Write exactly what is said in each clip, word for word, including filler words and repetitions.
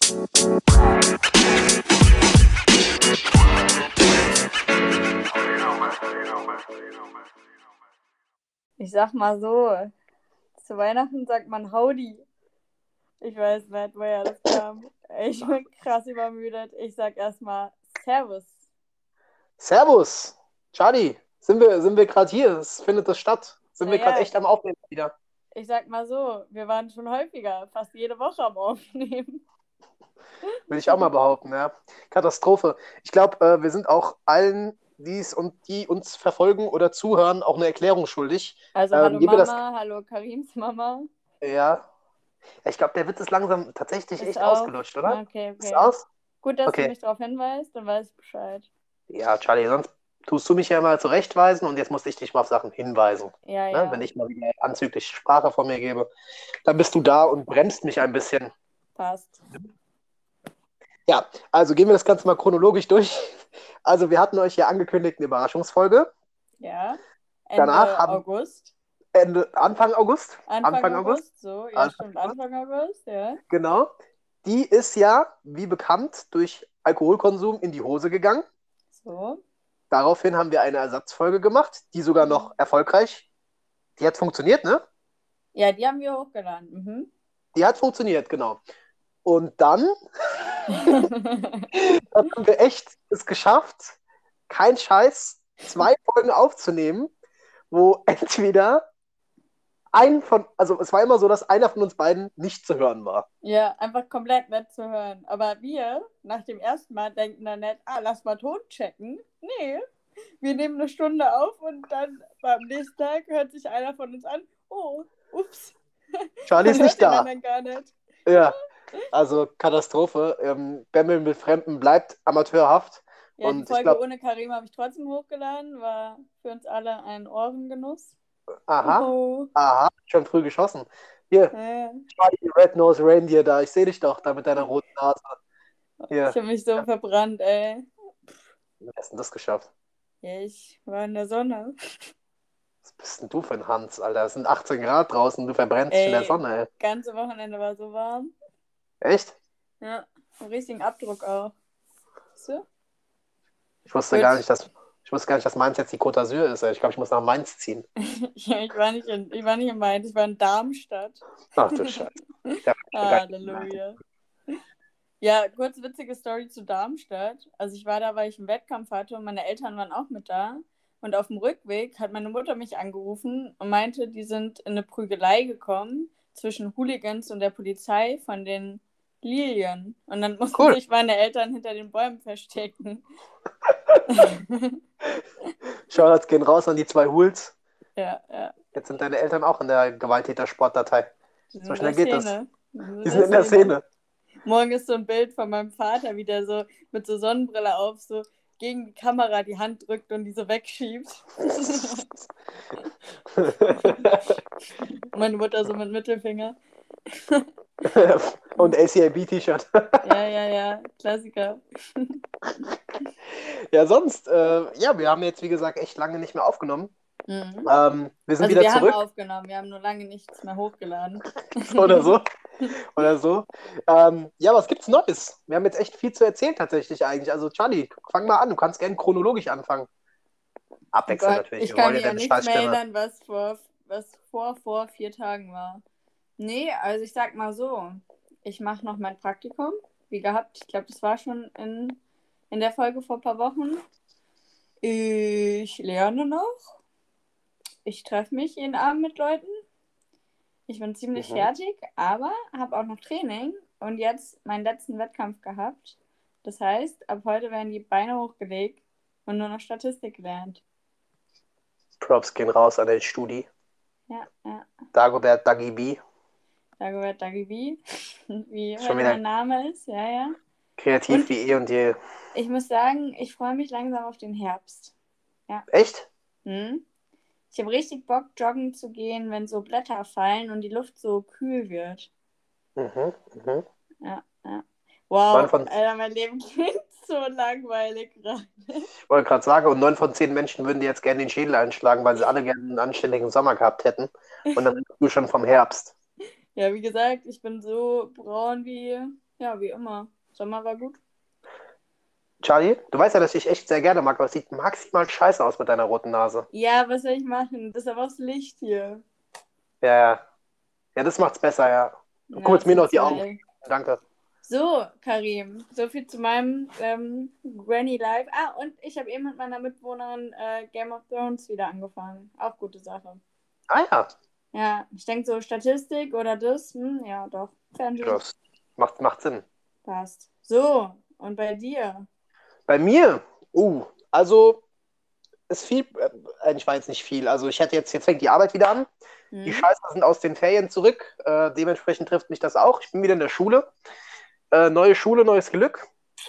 Ich sag mal so, zu Weihnachten sagt man Howdy. Ich weiß nicht, woher das kam. Ich bin krass übermüdet. Ich sag erstmal Servus. Servus, Charlie. Sind wir, sind wir gerade hier? Es findet das statt. Sind wir Naja, gerade echt am Aufnehmen wieder? ich sag mal so, wir waren schon häufiger, fast jede Woche am Aufnehmen. Will ich auch mal behaupten, ja. Katastrophe. Ich glaube, äh, wir sind auch allen, die's und die uns verfolgen oder zuhören, auch eine Erklärung schuldig. Also Ähm, hallo gehen wir das, Mama, hallo Karims Mama. ja. Ich glaube, der Witz ist langsam tatsächlich Ist echt aus. ausgelutscht, oder? Okay, Ist okay. aus? Gut, dass du Okay. mich darauf hinweist, dann weiß ich Bescheid. Ja, Charlie, sonst tust du mich ja immer zurechtweisen und jetzt musste ich dich mal auf Sachen hinweisen. Ja, Ne? ja, Wenn ich mal wieder anzüglich Sprache von mir gebe, dann bist du da und bremst mich ein bisschen. passt. Ja, also gehen wir das Ganze mal chronologisch durch. Also wir hatten euch ja angekündigt eine Überraschungsfolge. Ja, Ende Danach haben August. Ende, Anfang August. Anfang August, so, ja Anfang stimmt, August. Anfang August, ja. Genau. Die ist ja, wie bekannt, durch Alkoholkonsum in die Hose gegangen. So. Daraufhin haben wir eine Ersatzfolge gemacht, die sogar noch erfolgreich. Die hat funktioniert, ne? Ja, die haben wir hochgeladen. Mhm. Die hat funktioniert, genau. Und dann, dann haben wir echt es geschafft, kein Scheiß, zwei Folgen aufzunehmen, wo entweder ein von, also es war immer so, dass einer von uns beiden nicht zu hören war. Ja, einfach komplett nett zu hören. Aber wir, nach dem ersten Mal, denken dann nicht, ah, lass mal Ton checken. Nee, wir nehmen eine Stunde auf und dann am nächsten Tag hört sich einer von uns an, oh, ups. Charlie ist Man hört nicht den da. anderen gar nicht. Ja, also Katastrophe. Ähm, Bämmeln mit Fremden bleibt amateurhaft. Ja, die Und ich Folge glaube, ohne Karim habe ich trotzdem hochgeladen, war für uns alle ein Ohrengenuss. aha, Oh. aha, schon früh geschossen. Hier, Ja. Charlie Red-Nosed Reindeer da, ich sehe dich doch da mit deiner roten Nase. Hier, Ich habe mich so verbrannt, ey. wie hast du denn das geschafft? Ja, ich war in der Sonne. Was bist denn du für ein Hans, Alter? Es sind achtzehn Grad draußen, du verbrennst dich in der Ey, Sonne, ey. ganze Wochenende war so warm. Echt? Ja, einen richtigen Abdruck auch. Weißt du? Ich wusste Gut. gar nicht, dass, ich wusste gar nicht, dass Mainz jetzt die Côte d'Azur ist, ey. Ich glaube, ich muss nach Mainz ziehen. Ja, ich war nicht in, ich war nicht in Mainz, ich war in Darmstadt. Ach du Scheiße. Ja, Halleluja. Ja, kurz witzige Story zu Darmstadt. Also ich war da, weil ich einen Wettkampf hatte und meine Eltern waren auch mit da. Und auf dem Rückweg hat meine Mutter mich angerufen und meinte, die sind in eine Prügelei gekommen zwischen Hooligans und der Polizei von den Lilien. Und dann mussten Cool. sich meine Eltern hinter den Bäumen verstecken. Shoutouts gehen raus an die zwei Hools. Ja, ja. Jetzt sind deine Eltern auch in der Gewalttäter-Sportdatei. Die sind So in schnell der geht das. Szene. Die sind in der Szene. Morgen ist so ein Bild von meinem Vater, wie der so mit so Sonnenbrille auf, so gegen die Kamera die Hand drückt und die so wegschiebt. Meine Mutter so mit Mittelfinger. Und A C A B-T-Shirt. Ja, ja, ja, Klassiker. Ja, sonst, äh, ja, wir haben jetzt, wie gesagt, echt lange nicht mehr aufgenommen. Mhm. Ähm, wir sind Also wieder wir zurück. haben aufgenommen, wir haben nur lange nichts mehr hochgeladen. Oder so. Oder so. Ähm, ja, was gibt's Neues? Wir haben jetzt echt viel zu erzählen tatsächlich eigentlich. Also Charlie, fang mal an. Du kannst gerne chronologisch anfangen. Abwechselnd Oh Gott, natürlich. ich Wir kann wollen mich ja an deine nichts mehr Scheißstimme. erinnern, was vor, was vor, vor vier Tagen war. Nee, also ich sag mal so, ich mache noch mein Praktikum, wie gehabt. Ich glaube, das war schon in, in der Folge vor ein paar Wochen. Ich lerne noch. Ich treffe mich jeden Abend mit Leuten. Ich bin ziemlich Mhm. fertig, aber habe auch noch Training und jetzt meinen letzten Wettkampf gehabt. Das heißt, ab heute werden die Beine hochgelegt und nur noch Statistik gelernt. Props gehen raus an den Studi. Ja, ja. Dagobert Dagi B. Dagobert Dagi B. Wie Schon heute wieder mein Name ist, ja, ja. kreativ Und wie eh und je. ich muss sagen, ich freue mich langsam auf den Herbst. Ja. Echt? Hm? Ich habe richtig Bock, joggen zu gehen, wenn so Blätter fallen und die Luft so kühl wird. Mhm, mhm. Ja, ja. Neun Wow, von, Alter, mein Leben klingt so langweilig gerade. ich wollte gerade sagen, und neun von zehn Menschen würden dir jetzt gerne den Schädel einschlagen, weil sie alle gerne einen anständigen Sommer gehabt hätten. Und dann redest du schon vom Herbst. Ja, wie gesagt, ich bin so braun wie Ja, wie immer. Sommer war gut. Charlie, du weißt ja, dass ich echt sehr gerne mag, aber es sieht maximal scheiße aus mit deiner roten Nase. Ja, was soll ich machen? Das ist aber auch das Licht hier. Ja, ja. Ja, das macht's besser, ja. Guck Ja, jetzt ist mir noch die Augen. egal. Danke. So, Karim, so viel zu meinem ähm, Granny Life. Ah, und ich habe eben mit meiner Mitbewohnerin äh, Game of Thrones wieder angefangen. Auch gute Sache. Ah ja, Ja, ich denke so Statistik oder das, hm, ja doch, Fernsehen das macht, macht Sinn. passt. So, und bei dir? Bei mir, uh, also ist viel, äh, eigentlich war jetzt nicht viel. Also ich hätte jetzt, jetzt fängt die Arbeit wieder an. Die Hm? Scheiße sind aus den Ferien zurück. Äh, dementsprechend trifft mich das auch. Ich bin wieder in der Schule. Äh, neue Schule, neues Glück.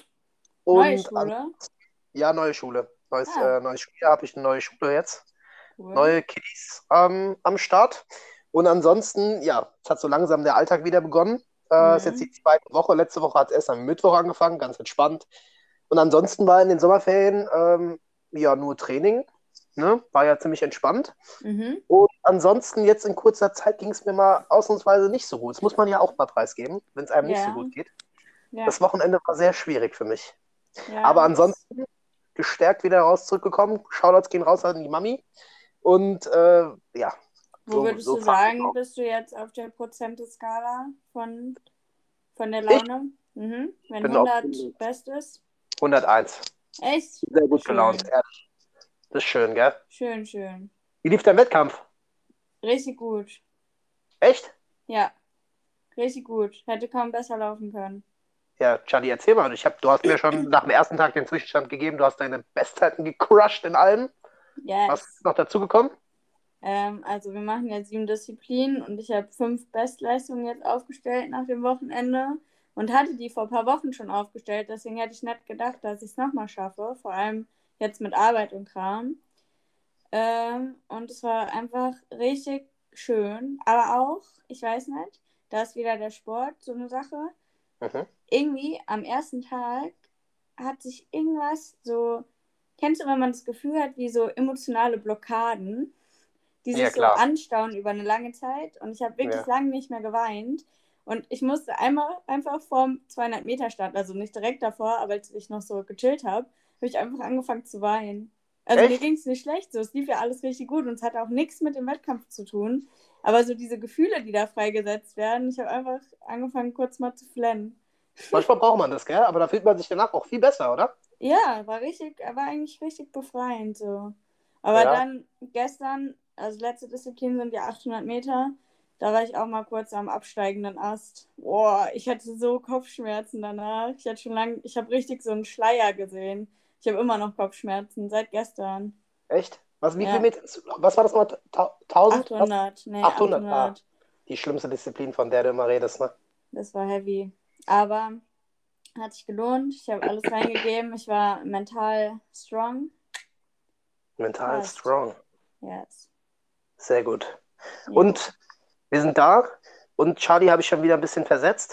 Neue Und an, Schule? ja, neue Schule. Neues, Ah, äh, neues Schuljahr habe ich eine neue Schule jetzt. cool. Neue Kiddies ähm, am Start. Und ansonsten, ja, es hat so langsam der Alltag wieder begonnen. Äh, ist jetzt Hm. die zweite Woche. Letzte Woche hat es erst am Mittwoch angefangen, ganz entspannt. Und ansonsten war in den Sommerferien ähm, ja nur Training. Ne? War ja ziemlich entspannt. Mhm. Und ansonsten jetzt in kurzer Zeit ging es mir mal ausnahmsweise nicht so gut. Das muss man ja auch mal preisgeben, wenn es einem nicht so Ja, gut geht. ja, Das Wochenende war sehr schwierig für mich. Aber ja. Das, ansonsten gestärkt wieder raus zurückgekommen. Shoutouts gehen raus an die Mami. Und äh, ja, wo so, würdest so du fahre ich sagen, auch. bist du jetzt auf der Prozenteskala von, von der Ich Laune? Mhm. Wenn bin auf hundert best ist? hunderteins. Echt? Sehr gut gelaunt, Schön, ehrlich. Das ist schön, gell? schön, schön. Wie lief dein Wettkampf? Richtig gut. Echt? Ja, richtig gut. Hätte kaum besser laufen können. Ja, Charlie, erzähl mal. Ich hab, du hast mir schon nach dem ersten Tag den Zwischenstand gegeben. Du hast deine Bestzeiten gecrushed in allem. Was Yes. ist noch dazugekommen? Ähm, also wir machen jetzt sieben Disziplinen und ich habe fünf Bestleistungen jetzt aufgestellt nach dem Wochenende und hatte die vor ein paar Wochen schon aufgestellt. Deswegen hätte ich nicht gedacht, dass ich es nochmal schaffe. Vor allem jetzt mit Arbeit und Kram. Ähm, und es war einfach richtig schön. Aber auch, ich weiß nicht, da ist wieder der Sport so eine Sache. Mhm. Irgendwie am ersten Tag hat sich irgendwas so, kennst du, wenn man das Gefühl hat, wie so emotionale Blockaden, die Ja, sich so klar. anstauen über eine lange Zeit. Und ich habe wirklich Ja. lange nicht mehr geweint. Und ich musste einmal einfach vorm zweihundert Meter Start, also nicht direkt davor, aber als ich noch so gechillt habe, habe ich einfach angefangen zu weinen. Also mir Echt? ging es nicht schlecht, so es lief ja alles richtig gut und es hatte auch nichts mit dem Wettkampf zu tun. Aber so diese Gefühle, die da freigesetzt werden, ich habe einfach angefangen kurz mal zu flennen. Manchmal braucht man das, gell? Aber da fühlt man sich danach auch viel besser, oder? Ja, war richtig, war eigentlich richtig befreiend so. Aber Ja. dann gestern, also letzte Disziplin sind ja achthundert Meter, da war ich auch mal kurz am absteigenden Ast. Boah, ich hatte so Kopfschmerzen danach. Ich hatte schon lange, ich habe richtig so einen Schleier gesehen. Ich habe immer noch Kopfschmerzen, seit gestern. Echt? Was, wie viel Ja, Meter? Was war das mal? Ta- tausend? Was? achthundert, nee, achthundert. Ah, achthundert. die schlimmste Disziplin, von der du immer redest, ne? Das war heavy. Aber hat sich gelohnt. Ich habe alles reingegeben. Ich war mental strong. Mental Passt. strong. Yes. Sehr gut. Ja. Und wir sind da. Und Charlie habe ich schon wieder ein bisschen versetzt,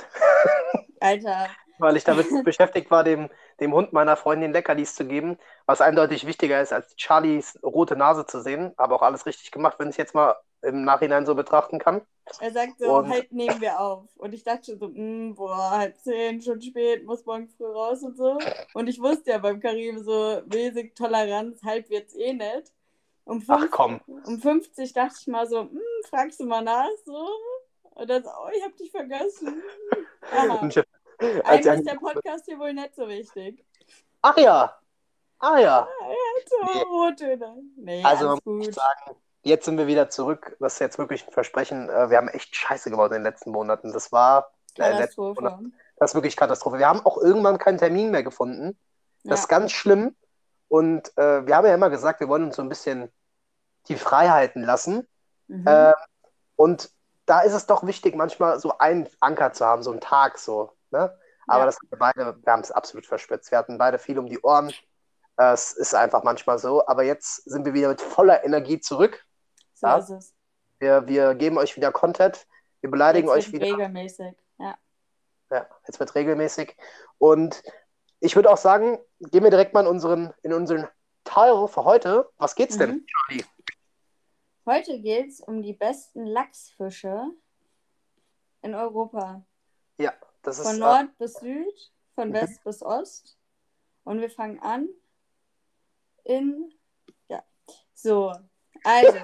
Alter. weil ich damit beschäftigt war, dem, dem Hund meiner Freundin Leckerlis zu geben, was eindeutig wichtiger ist, als Charlies rote Nase zu sehen. Habe auch alles richtig gemacht, wenn ich jetzt mal im Nachhinein so betrachten kann. Er sagt so, Und halb nehmen wir auf. Und ich dachte schon so, mm, boah, halb zehn, schon spät, muss morgen früh raus und so. Und ich wusste ja beim Karim so, mäßig Toleranz, halb wird's eh nicht. Um, ach fünf, komm. um fünfzig dachte ich mal so, mm, fragst du mal nach, so. Und dann so, oh, ich hab dich vergessen. Aha. Und ich, als Einem ich ist der angekommen bin, Podcast hier wohl nicht so wichtig. ach ja, ah Ah, ja. er hat so Nee. Rottöne. Nee, Also man alles muss echt gut. sagen, jetzt sind wir wieder zurück. Das ist jetzt wirklich ein Versprechen. Äh, Wir haben echt Scheiße gebaut in den letzten Monaten. Das war äh, letzten Monat, Katastrophe. das ist wirklich Katastrophe. Wir haben auch irgendwann keinen Termin mehr gefunden. Das ist Ja. ganz schlimm. Und äh, wir haben ja immer gesagt, wir wollen uns so ein bisschen die Freiheiten lassen. Mhm. Äh, und da ist es doch wichtig, manchmal so einen Anker zu haben, so einen Tag so. Ne? Aber Ja, das haben wir beide, wir haben es absolut verspitzt. Wir hatten beide viel um die Ohren. Äh, Es ist einfach manchmal so. Aber jetzt sind wir wieder mit voller Energie zurück. so Ja? ist es. Wir, wir geben euch wieder Content. Wir beleidigen Jetzt euch wird wieder. regelmäßig. Ja. Ja, jetzt wird regelmäßig. Und ich würde auch sagen, gehen wir direkt mal in unseren, in unseren Teil für heute. Was geht's denn, Mhm. Charlie? Heute geht es um die besten Lachsfische in Europa. Ja, Das Von ist, Nord bis Süd, von Mhm. West bis Ost. Und wir fangen an in, ja, so, also,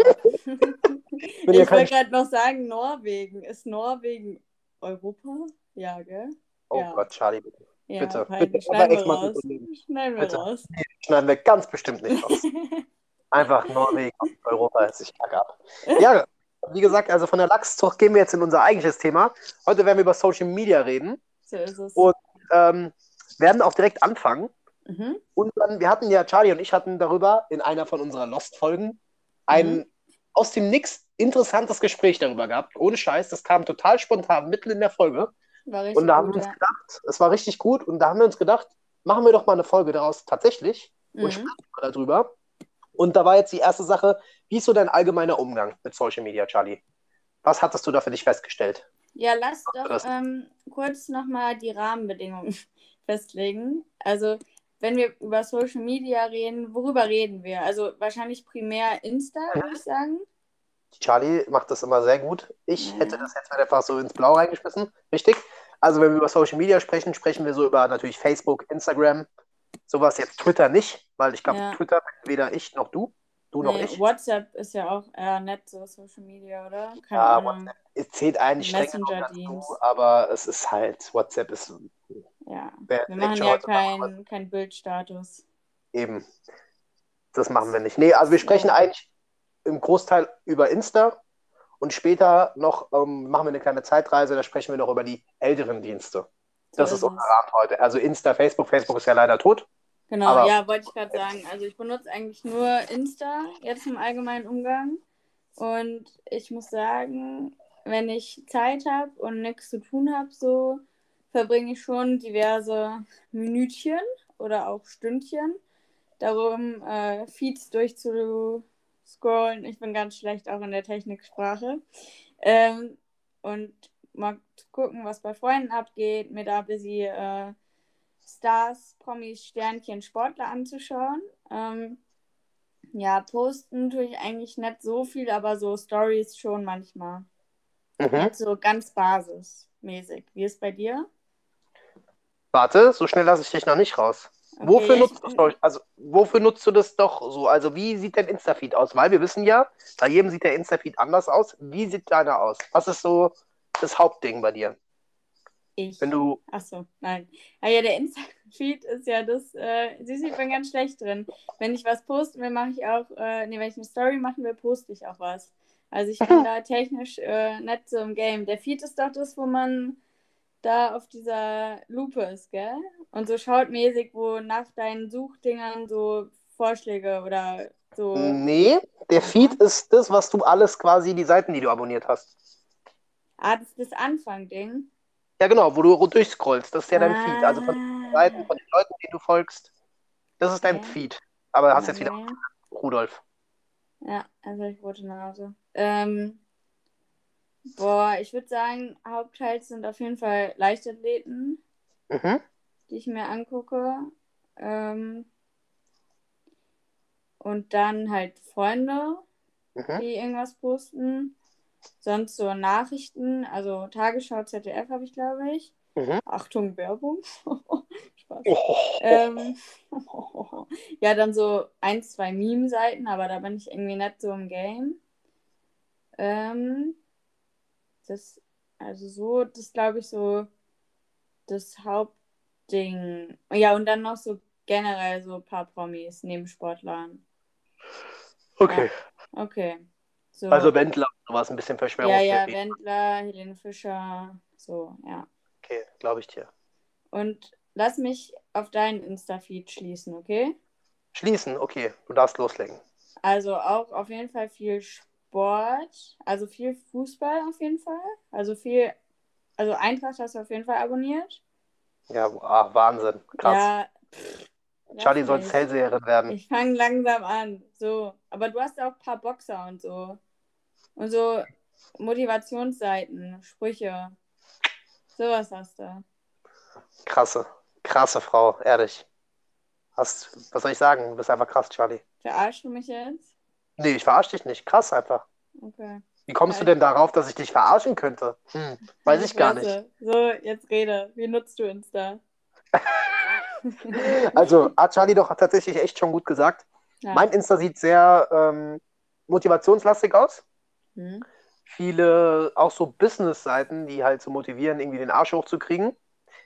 Bin ja ich kein wollte gerade noch sagen, Norwegen. Ist Norwegen Europa? Ja, gell? Oh Ja, Gott, Charlie, bitte. ja, Bitte, bitte. peinlich. Unser Schneiden wir raus. Ex-Massenkollegen. Schneiden wir Bitte. raus. Nee, schneiden wir ganz bestimmt nicht raus. Einfach Norwegen und Europa ist sich kack ab. Ja, wie gesagt, also von der Lachszucht gehen wir jetzt in unser eigentliches Thema. Heute werden wir über Social Media reden So ist es. und ähm, werden auch direkt anfangen. Mhm. Und dann, wir hatten ja, Charlie und ich hatten darüber in einer von unserer Lost-Folgen ein Mhm. aus dem Nix interessantes Gespräch darüber gehabt. Ohne Scheiß, das kam total spontan mitten in der Folge. War Und richtig da haben gut, wir uns ja. gedacht, es war richtig gut und da haben wir uns gedacht, machen wir doch mal eine Folge daraus tatsächlich und Mhm. sprechen mal darüber. Und da war jetzt die erste Sache, wie ist so dein allgemeiner Umgang mit Social Media, Charlie? Was hattest du da für dich festgestellt? Ja, lass doch Das- ähm, kurz nochmal die Rahmenbedingungen festlegen. Also, wenn wir über Social Media reden, worüber reden wir? Also, wahrscheinlich primär Insta, würde ich sagen. Charlie macht das immer sehr gut. Ich Ja. hätte das jetzt mal einfach so ins Blau reingeschmissen. Richtig? Also, wenn wir über Social Media sprechen, sprechen wir so über natürlich Facebook, Instagram, sowas jetzt Twitter nicht, weil ich glaube, Ja. Twitter bin weder ich noch du, du noch Nee, ich. WhatsApp ist ja auch eher nett, so Social Media, oder? Keine Ja, Ahnung. Es zählt eigentlich streng genommen dazu, Messenger-Dienst. aber es ist halt, WhatsApp ist Ja. wer Wir legt machen schon ja heutzutage keinen kein Bildstatus. eben. Das machen wir nicht. Nee, also wir sprechen So. eigentlich im Großteil über Insta und später noch ähm, machen wir eine kleine Zeitreise, da sprechen wir noch über die älteren Dienste. So Das ist ist unser es. Rahmen heute. Also Insta, Facebook, Facebook ist ja leider tot. Genau, Aber- ja, wollte ich gerade sagen. Also ich benutze eigentlich nur Insta jetzt im allgemeinen Umgang. Und ich muss sagen, wenn ich Zeit habe und nichts zu tun habe, so verbringe ich schon diverse Minütchen oder auch Stündchen darum, äh, Feeds durchzuscrollen. Ich bin ganz schlecht auch in der Techniksprache. Ähm, und mal gucken, was bei Freunden abgeht, mir da ein bisschen äh, Stars, Promis, Sternchen, Sportler anzuschauen. Ähm, ja, posten tue ich eigentlich nicht so viel, aber so Stories schon manchmal. Mhm. Nicht so ganz basismäßig. Wie ist bei dir? Warte, so schnell lasse ich dich noch nicht raus. Okay, Wofür, ja, nutzt ich, du Story- also, wofür nutzt du das doch so? Also wie sieht dein Insta-Feed aus? Weil wir wissen ja, bei jedem sieht der Insta-Feed anders aus. Wie sieht deiner aus? Was ist so das Hauptding bei dir? ich. Wenn du Achso, nein. Ah ja, der Insta-Feed ist ja das, äh, siehst du, ich bin ganz schlecht drin. Wenn ich was posten will, mache ich auch, äh, nee, wenn ich eine Story machen will, poste ich auch was. Also ich bin da technisch äh, nicht so im Game. Der Feed ist doch das, wo man da auf dieser Lupe ist, gell? Und so schaut mäßig, wo nach deinen Suchdingern so Vorschläge oder so. Nee, der Feed ist das, was du alles quasi, die Seiten, die du abonniert hast. Ah, das ist das Anfang-Ding. Ja, genau, wo du durchscrollst. Das ist ja dein Ah. Feed. Also von den Seiten, von den Leuten, denen du folgst. Das ist dein Okay. Feed. Aber du hast jetzt wieder Okay. Rudolf. Ja, also ich rote Nase. Ähm, boah, ich würde sagen, Hauptteils sind auf jeden Fall Leichtathleten, Mhm. die ich mir angucke. Ähm, und dann halt Freunde, Mhm. die irgendwas posten. Sonst so Nachrichten, also Tagesschau, Z D F habe ich, glaube ich. Mhm. Achtung, Werbung. Spaß. Oh. Ähm, ja, dann so ein, zwei Meme-Seiten, aber da bin ich irgendwie nicht so im Game. Ähm, das, also so, das glaube ich so das Hauptding. Ja, und dann noch so generell so ein paar Promis neben Sportlern. Okay. Okay. So. Also Wendler, du warst ein bisschen ja, Verschwörungstheorie. ja, Wendler, Helene Fischer, so, ja. Okay, glaube ich dir. Und lass mich auf deinen Insta-Feed schließen, okay? Schließen, okay, du darfst loslegen. Also auch auf jeden Fall viel Sport, also viel Fußball auf jeden Fall. Also viel, also Eintracht hast du auf jeden Fall abonniert. Ja, ach, Wahnsinn, krass. Ja, pff, Charlie lass soll mich. Hellseherin werden. Ich fange langsam an. So. Aber du hast ja auch ein paar Boxer und so. Und so Motivationsseiten, Sprüche. Sowas hast du. Krasse, krasse Frau, ehrlich. Hast, was soll ich sagen? Du bist einfach krass, Charlie. Verarschst du mich jetzt? Nee, ich verarsche dich nicht. Krass einfach. Okay. Wie kommst du Halt, denn darauf, dass ich dich verarschen könnte? Hm, weiß halt die ich gar nicht. Fresse. So, jetzt rede. Wie nutzt du Insta? Also, hat Charlie doch tatsächlich echt schon gut gesagt. Ja. Mein Insta sieht sehr ähm, motivationslastig aus. Hm. Viele auch so Business-Seiten, die halt so motivieren, irgendwie den Arsch hochzukriegen.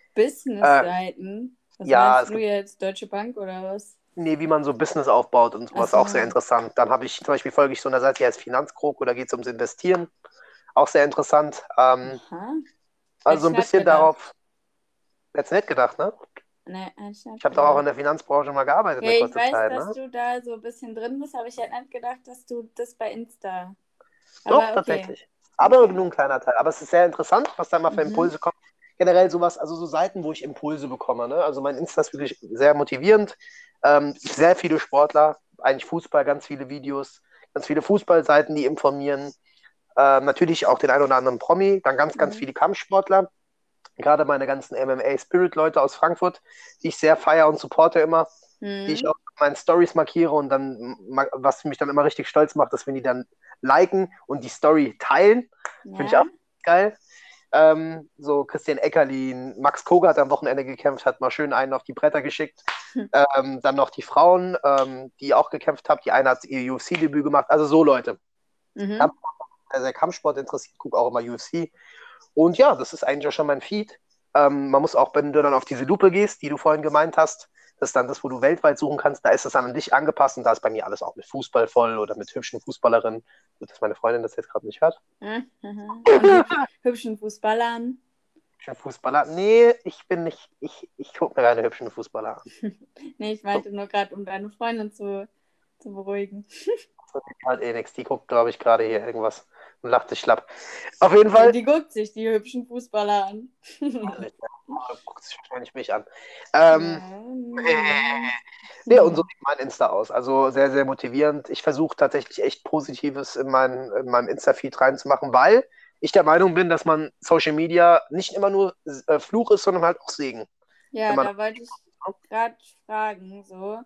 Äh, Business-Seiten? Was ja, meinst es du gibt, jetzt? Deutsche Bank oder was? nee, wie man so Business aufbaut und Ach sowas, auch sehr so. interessant. Dann habe ich zum Beispiel folge ich so einer Seite, die heißt Finanzkrug, oder geht es ums Investieren. Auch sehr interessant. Ähm, Aha. Hätte also so ich ein nicht bisschen gedacht. darauf, jetzt nicht gedacht, ne? Ne, hätte ich Ich nicht habe doch auch gedacht. in der Finanzbranche mal gearbeitet, eine Okay, ich kurze weiß, Zeit, dass ne? du da so ein bisschen drin bist, aber ich hätte nicht gedacht, dass du das bei Insta. Doch, Aber okay. tatsächlich. Aber Okay. nur ein kleiner Teil. Aber es ist sehr interessant, was da mal für Mhm. Impulse kommen. Generell sowas, also so Seiten, wo ich Impulse bekomme. Ne? Also mein Insta ist wirklich sehr motivierend. Ähm, sehr viele Sportler, eigentlich Fußball, ganz viele Videos, ganz viele Fußballseiten, die informieren. Ähm, natürlich auch den einen oder anderen Promi, dann ganz, ganz Mhm. viele Kampfsportler. Gerade meine ganzen M M A-Spirit-Leute aus Frankfurt, die ich sehr feiere und supporte immer, die ich Mhm. auch in meinen Stories markiere und dann, was mich dann immer richtig stolz macht, dass wenn die dann liken und die Story teilen, finde ich auch Ja. geil. Ähm, so Christian Eckerlin, Max Koga hat am Wochenende gekämpft, hat mal schön einen auf die Bretter geschickt. Ähm, dann noch die Frauen, ähm, die auch gekämpft haben. Die eine hat ihr U F C-Debüt gemacht. Also so Leute. Mhm. Kampf, sehr Kampfsport interessiert, gucke auch immer U F C. Und ja, das ist eigentlich auch schon mein Feed. Ähm, man muss auch, wenn du dann auf diese Lupe gehst, die du vorhin gemeint hast, das ist dann das, wo du weltweit suchen kannst, da ist es dann an dich angepasst und da ist bei mir alles auch mit Fußball voll oder mit hübschen Fußballerinnen. Gut, dass meine Freundin das jetzt gerade nicht hört. Mhm. Mhm. Und hübsch, hübschen Fußballern. Hübscher Fußballer? Nee, ich bin nicht, ich, ich gucke mir keine hübschen Fußballer an. Nee, ich So, meinte nur gerade, um deine Freundin zu, zu beruhigen. das ist halt eh nix. Die guckt, glaube ich, gerade hier irgendwas und lacht sich schlapp. Auf jeden Die, Fall. die guckt sich die hübschen Fußballer an. Wahrscheinlich, ja. Guckt sich wahrscheinlich mich an. Ähm, Ja. Mhm. Nee, und so sieht mein Insta aus. Also sehr, sehr motivierend. Ich versuche tatsächlich echt Positives in, mein, in meinem Insta-Feed reinzumachen, weil ich der Meinung bin, dass man Social Media nicht immer nur äh, Fluch ist, sondern halt auch Segen. Wenn Ja, man, da wollte ich gerade fragen, so.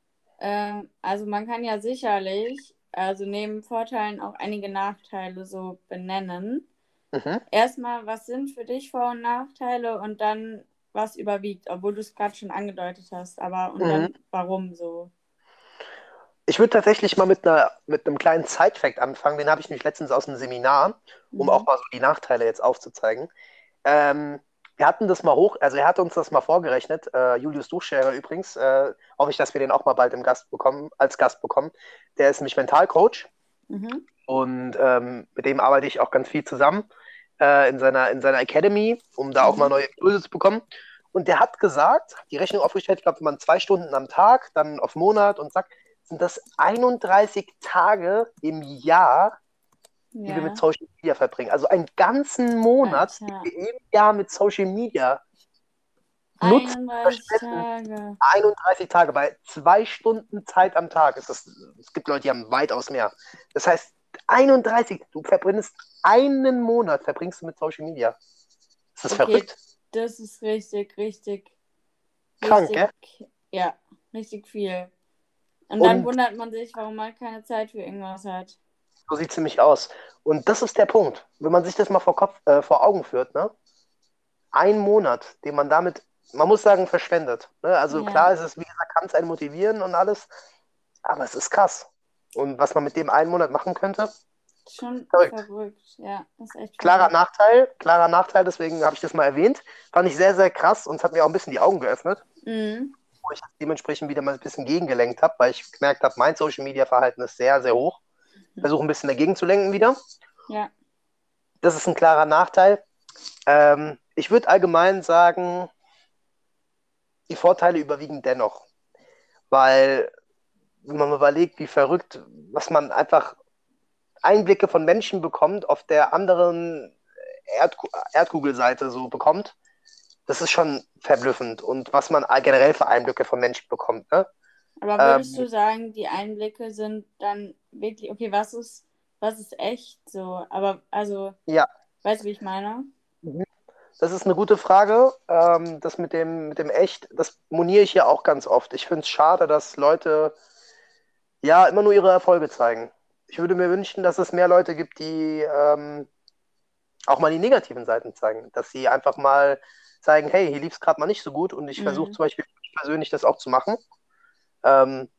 Ähm, also man kann ja sicherlich, also neben Vorteilen auch einige Nachteile so benennen. mhm, Erstmal, was sind für dich Vor- und Nachteile und dann, was überwiegt, obwohl du es gerade schon angedeutet hast, aber und mhm. dann warum so? Ich würde tatsächlich mal mit, einer, mit einem kleinen Side-Fact anfangen. Den habe ich nämlich letztens aus einem Seminar, um auch Mhm. mal so die Nachteile jetzt aufzuzeigen. Ähm, wir hatten das mal hoch, also er hat uns das mal vorgerechnet, äh, Julius Duchscherer übrigens, äh, hoffe ich, dass wir den auch mal bald im Gast bekommen, als Gast bekommen. Der ist nämlich Mentalcoach Mhm. und ähm, mit dem arbeite ich auch ganz viel zusammen äh, in seiner, in seiner Academy, um da auch mal Mhm. neue Impulse zu bekommen. Und der hat gesagt, die Rechnung aufgestellt, ich glaube, wenn man zwei Stunden am Tag, dann auf Monat und sagt, sind das einunddreißig Tage im Jahr, die wir mit Ja, Social Media verbringen. Also einen ganzen Monat, den Alter. wir im Jahr mit Social Media nutzen, einunddreißig verschwenden. Tage. einunddreißig Tage bei zwei Stunden Zeit am Tag. Ist das, es gibt Leute, die haben weitaus mehr. Das heißt, einunddreißig, du verbringst einen Monat, verbringst du mit Social Media. Ist das Okay, verrückt? das ist richtig, richtig, Krank, richtig, gell? ja, richtig viel. Und dann Und wundert man sich, warum man keine Zeit für irgendwas hat. so sieht es nämlich aus. Und das ist der Punkt. Wenn man sich das mal vor, Kopf, äh, vor Augen führt, ne? Ein Monat, den man damit, man muss sagen, verschwendet. Ne? Also Ja, klar, ist es, wie gesagt, kann es einen motivieren und alles, aber es ist krass. Und was man mit dem einen Monat machen könnte, schon verrückt. verrückt. Ja, ist echt Klarer verrückt. Nachteil, klarer Nachteil, deswegen habe ich das mal erwähnt. Fand ich sehr, sehr krass und es hat mir auch ein bisschen die Augen geöffnet, Mhm. wo ich dementsprechend wieder mal ein bisschen gegengelenkt habe, weil ich gemerkt habe, mein Social Media Verhalten ist sehr, sehr hoch. Versuche ein bisschen dagegen zu lenken wieder. Ja, Das ist ein klarer Nachteil. Ähm, ich würde allgemein sagen, die Vorteile überwiegen dennoch, weil wenn man überlegt, wie verrückt, was man einfach Einblicke von Menschen bekommt, auf der anderen Erd Erdkugelseite so bekommt, das ist schon verblüffend. Und was man generell für Einblicke von Menschen bekommt. Ne? aber würdest Ähm, du sagen, die Einblicke sind dann wirklich, okay, was ist, was ist echt so? Aber, also, ja, weißt du, wie ich meine? das ist eine gute Frage. Ähm, das mit dem, mit dem Echt, das moniere ich hier auch ganz oft. Ich finde es schade, dass Leute ja immer nur ihre Erfolge zeigen. ich würde mir wünschen, dass es mehr Leute gibt, die ähm, auch mal die negativen Seiten zeigen. Dass sie einfach mal zeigen, hey, hier lief es gerade mal nicht so gut und ich versuche Mhm. zum Beispiel persönlich das auch zu machen. Ähm,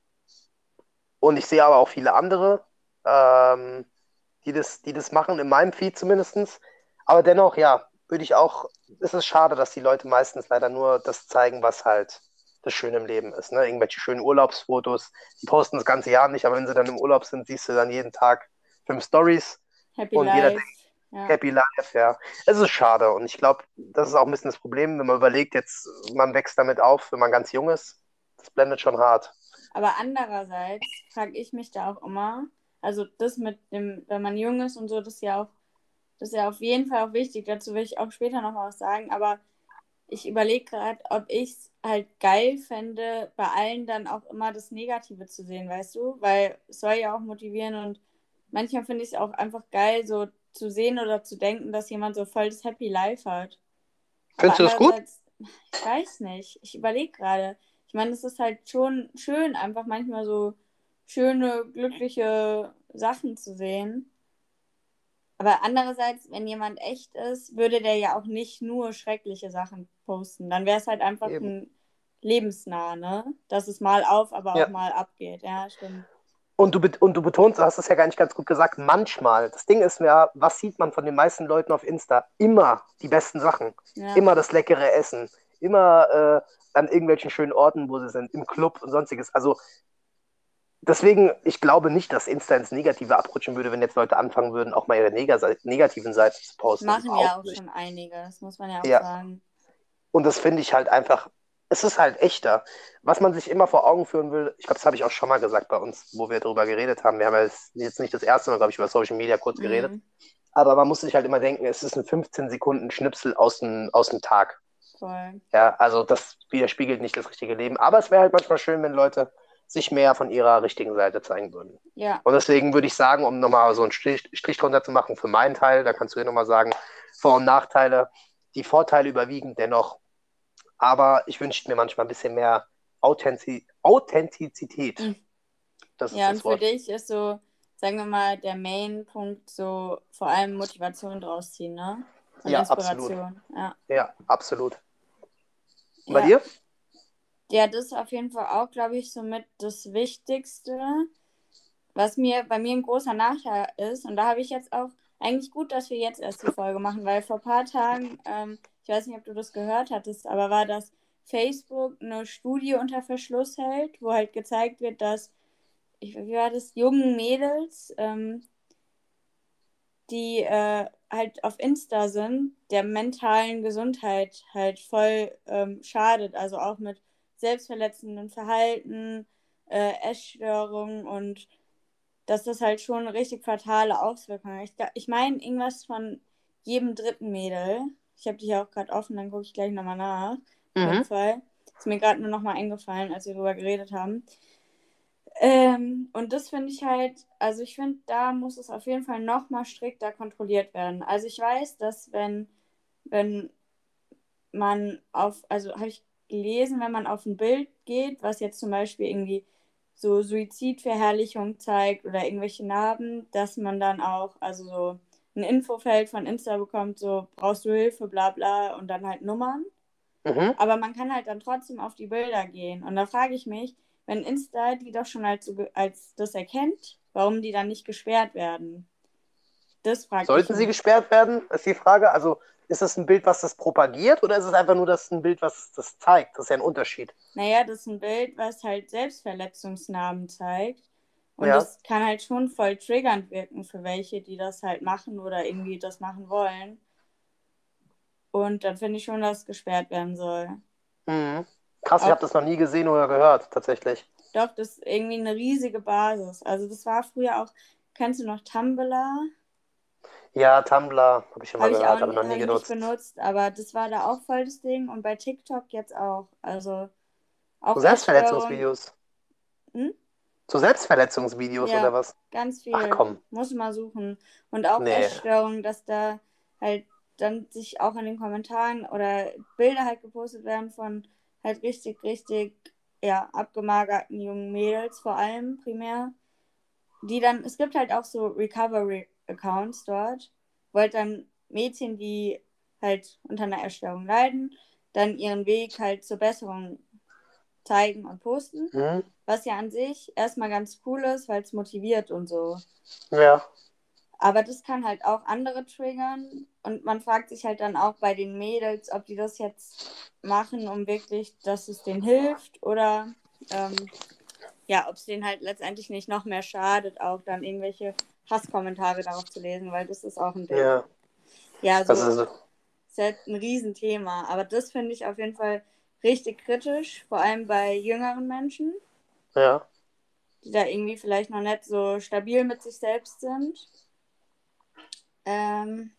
und ich sehe aber auch viele andere, ähm, die das, die das machen, in meinem Feed zumindest. Aber dennoch, ja, würde ich auch, es ist schade, dass die Leute meistens leider nur das zeigen, was halt das Schöne im Leben ist. Ne? Irgendwelche schönen Urlaubsfotos. Die posten das ganze Jahr nicht, aber wenn sie dann im Urlaub sind, siehst du dann jeden Tag fünf Stories Happy und jeder denkt, Life. Ja. Happy Life, ja. Es ist schade und ich glaube, das ist auch ein bisschen das Problem, wenn man überlegt, jetzt, man wächst damit auf, wenn man ganz jung ist. Das blendet schon hart. Aber andererseits frage ich mich da auch immer, also das mit dem, wenn man jung ist und so, das ist ja auch, das ist ja auf jeden Fall auch wichtig. Dazu will ich auch später noch mal was sagen. Aber ich überlege gerade, ob ich es halt geil fände, bei allen dann auch immer das Negative zu sehen, weißt du? Weil es soll ja auch motivieren und manchmal finde ich es auch einfach geil, so zu sehen oder zu denken, dass jemand so voll das Happy Life hat. Aber Findest du das gut? andererseits, ich weiß nicht, ich überlege gerade. Ich meine, es ist halt schon schön, einfach manchmal so schöne, glückliche Sachen zu sehen. Aber andererseits, wenn jemand echt ist, würde der ja auch nicht nur schreckliche Sachen posten. Dann wäre es halt einfach Eben. ein lebensnah, ne? Dass es mal auf, aber auch Ja. mal abgeht. Ja, stimmt. Und du, bet- und du betonst, du hast es ja gar nicht ganz gut gesagt, manchmal. Das Ding ist ja, was sieht man von den meisten Leuten auf Insta? Immer die besten Sachen. Ja. Immer das leckere Essen. Immer äh, an irgendwelchen schönen Orten, wo sie sind, im Club und sonstiges. Also deswegen, ich glaube nicht, dass Insta ins Negative abrutschen würde, wenn jetzt Leute anfangen würden, auch mal ihre neg- negativen Seiten zu posten. Machen ja Überhaupt auch nicht. schon einige, das muss man ja auch Ja, sagen. und das finde ich halt einfach, es ist halt echter. Was man sich immer vor Augen führen will, ich glaube, das habe ich auch schon mal gesagt bei uns, wo wir darüber geredet haben. Wir haben ja jetzt, jetzt nicht das erste Mal, glaube ich, über Social Media kurz geredet. Mhm, Aber man muss sich halt immer denken, es ist ein fünfzehn Sekunden Schnipsel aus dem, aus dem Tag. voll. Ja, also das widerspiegelt nicht das richtige Leben. Aber es wäre halt manchmal schön, wenn Leute sich mehr von ihrer richtigen Seite zeigen würden. Ja, Und deswegen würde ich sagen, um nochmal so einen Strich, Strich drunter zu machen für meinen Teil, da kannst du dir nochmal sagen, Vor- und Nachteile. Die Vorteile überwiegen dennoch, aber ich wünschte mir manchmal ein bisschen mehr Authentiz Authentizität. mhm. Das ist Ja, und das für Wort. dich ist so, sagen wir mal, der Main-Punkt so vor allem Motivation draus ziehen, ne? Und Ja, absolut. Inspiration. Ja. Ja, absolut. Und bei Ja. dir? Ja, das ist auf jeden Fall auch, glaube ich, somit das Wichtigste. Was mir bei mir ein großer Nachteil ist, und da habe ich jetzt auch eigentlich gut, dass wir jetzt erst die Folge machen, weil vor ein paar Tagen, ähm, ich weiß nicht, ob du das gehört hattest, aber war, dass Facebook eine Studie unter Verschluss hält, wo halt gezeigt wird, dass, ich, wie war das, jungen Mädels, ähm, die äh, halt auf Insta sind, der mentalen Gesundheit halt voll ähm, schadet. Also auch mit selbstverletzendem Verhalten, äh, Essstörungen und dass das halt schon richtig fatale Auswirkungen hat. Ich, gla- ich meine, irgendwas von jedem dritten Mädel. Ich habe die hier auch gerade offen, dann gucke ich gleich nochmal nach. Auf jeden Mhm. Fall. Ist mir gerade nur nochmal eingefallen, als wir darüber geredet haben. Ähm, und das finde ich halt, also ich finde, da muss es auf jeden Fall nochmal strikter kontrolliert werden. Also ich weiß, dass wenn, wenn man auf, also habe ich gelesen, wenn man auf ein Bild geht, was jetzt zum Beispiel irgendwie so Suizidverherrlichung zeigt oder irgendwelche Narben, dass man dann auch, also so ein Infofeld von Insta bekommt, so brauchst du Hilfe, bla bla und dann halt Nummern. Mhm. Aber man kann halt dann trotzdem auf die Bilder gehen. Und da frage ich mich, wenn Insta die doch schon als, so als das erkennt, warum die dann nicht gesperrt werden. Das frage ich Sollten sie mich. gesperrt werden, ist die Frage. Also ist es ein Bild, was das propagiert oder ist es einfach nur das ein Bild, was das zeigt? Das ist ja ein Unterschied. Naja, das ist ein Bild, was halt Selbstverletzungsnamen zeigt. Und Ja. das kann halt schon voll triggernd wirken für welche, die das halt machen oder irgendwie das machen wollen. Und dann finde ich schon, dass es gesperrt werden soll. Mhm. Krass, ich Auch habe das noch nie gesehen oder gehört, tatsächlich. doch, das ist irgendwie eine riesige Basis. Also das war früher auch, kennst du noch Tumblr? Ja, Tumblr habe ich schon mal Habe ich auch gehört, aber noch hab nie ich nicht genutzt. benutzt, aber das war da auch voll das Ding und bei TikTok jetzt auch. Also Zu auch Essstörung. Selbstverletzungsvideos. Hm? Zu Selbstverletzungsvideos oder Ja, was? ganz Ach viel. komm. Muss mal suchen. Und auch Nee. Essstörung, dass da halt dann sich auch in den Kommentaren oder Bilder halt gepostet werden von halt richtig, richtig, ja, abgemagerten jungen Mädels vor allem primär. die dann, es gibt halt auch so Recovery-Accounts dort, wo halt dann Mädchen, die halt unter einer Erstörung leiden, dann ihren Weg halt zur Besserung zeigen und posten, Mhm. was ja an sich erstmal ganz cool ist, weil es motiviert und so. Ja. Aber das kann halt auch andere triggern und man fragt sich halt dann auch bei den Mädels, ob die das jetzt machen, um wirklich, dass es denen hilft oder ähm, ja, ob es denen halt letztendlich nicht noch mehr schadet, auch dann irgendwelche Hasskommentare darauf zu lesen, weil das ist auch ein Ding. Ja. Ja, so Also, ist halt ein Riesenthema. Aber das finde ich auf jeden Fall richtig kritisch, vor allem bei jüngeren Menschen, ja. die da irgendwie vielleicht noch nicht so stabil mit sich selbst sind. Ähm,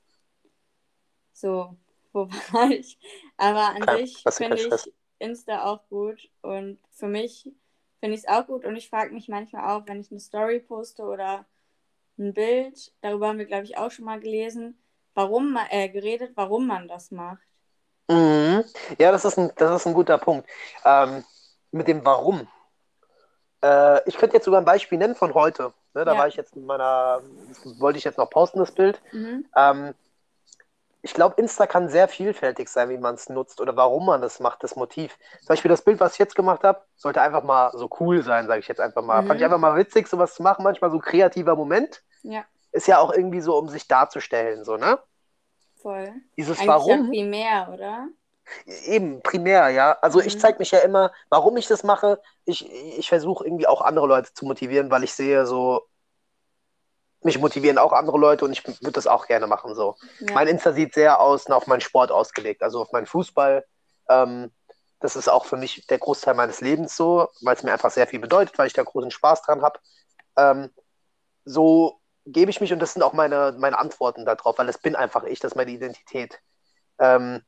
so, wo war ich? Aber an Kein, sich das ist kein finde Stress. ich Insta auch gut und für mich finde ich es auch gut und ich frage mich manchmal auch, wenn ich eine Story poste oder ein Bild, darüber haben wir, glaube ich, auch schon mal gelesen, warum man, äh, geredet, warum man das macht. Mhm. Ja, das ist ein, das ist ein guter Punkt. Ähm, mit dem Warum. Äh, ich könnte jetzt sogar ein Beispiel nennen von heute. Ne, da war Ja. ich jetzt in meiner, das wollte ich jetzt noch posten, das Bild. Mhm. Ähm, ich glaube, Insta kann sehr vielfältig sein, wie man es nutzt oder warum man das macht, das Motiv. Zum Beispiel das Bild, was ich jetzt gemacht habe, sollte einfach mal so cool sein, sage ich jetzt einfach mal. Mhm. Fand ich einfach mal witzig, sowas zu machen, manchmal so kreativer Moment. Ja, Ist ja auch irgendwie so, um sich darzustellen, so, ne? voll. Dieses Eigentlich ja Warum, primär, oder? eben primär, ja. Also ich Mhm. zeige mich ja immer, warum ich das mache. Ich, ich versuche irgendwie auch andere Leute zu motivieren, weil ich sehe so, mich motivieren auch andere Leute und ich würde das auch gerne machen. So. Ja. Mein Insta sieht sehr aus auf meinen Sport ausgelegt, also auf meinen Fußball. Ähm, das ist auch für mich der Großteil meines Lebens so, weil es mir einfach sehr viel bedeutet, weil ich da großen Spaß dran habe. Ähm, so gebe ich mich und das sind auch meine, meine Antworten darauf, weil das bin einfach ich, das ist meine Identität. Ähm,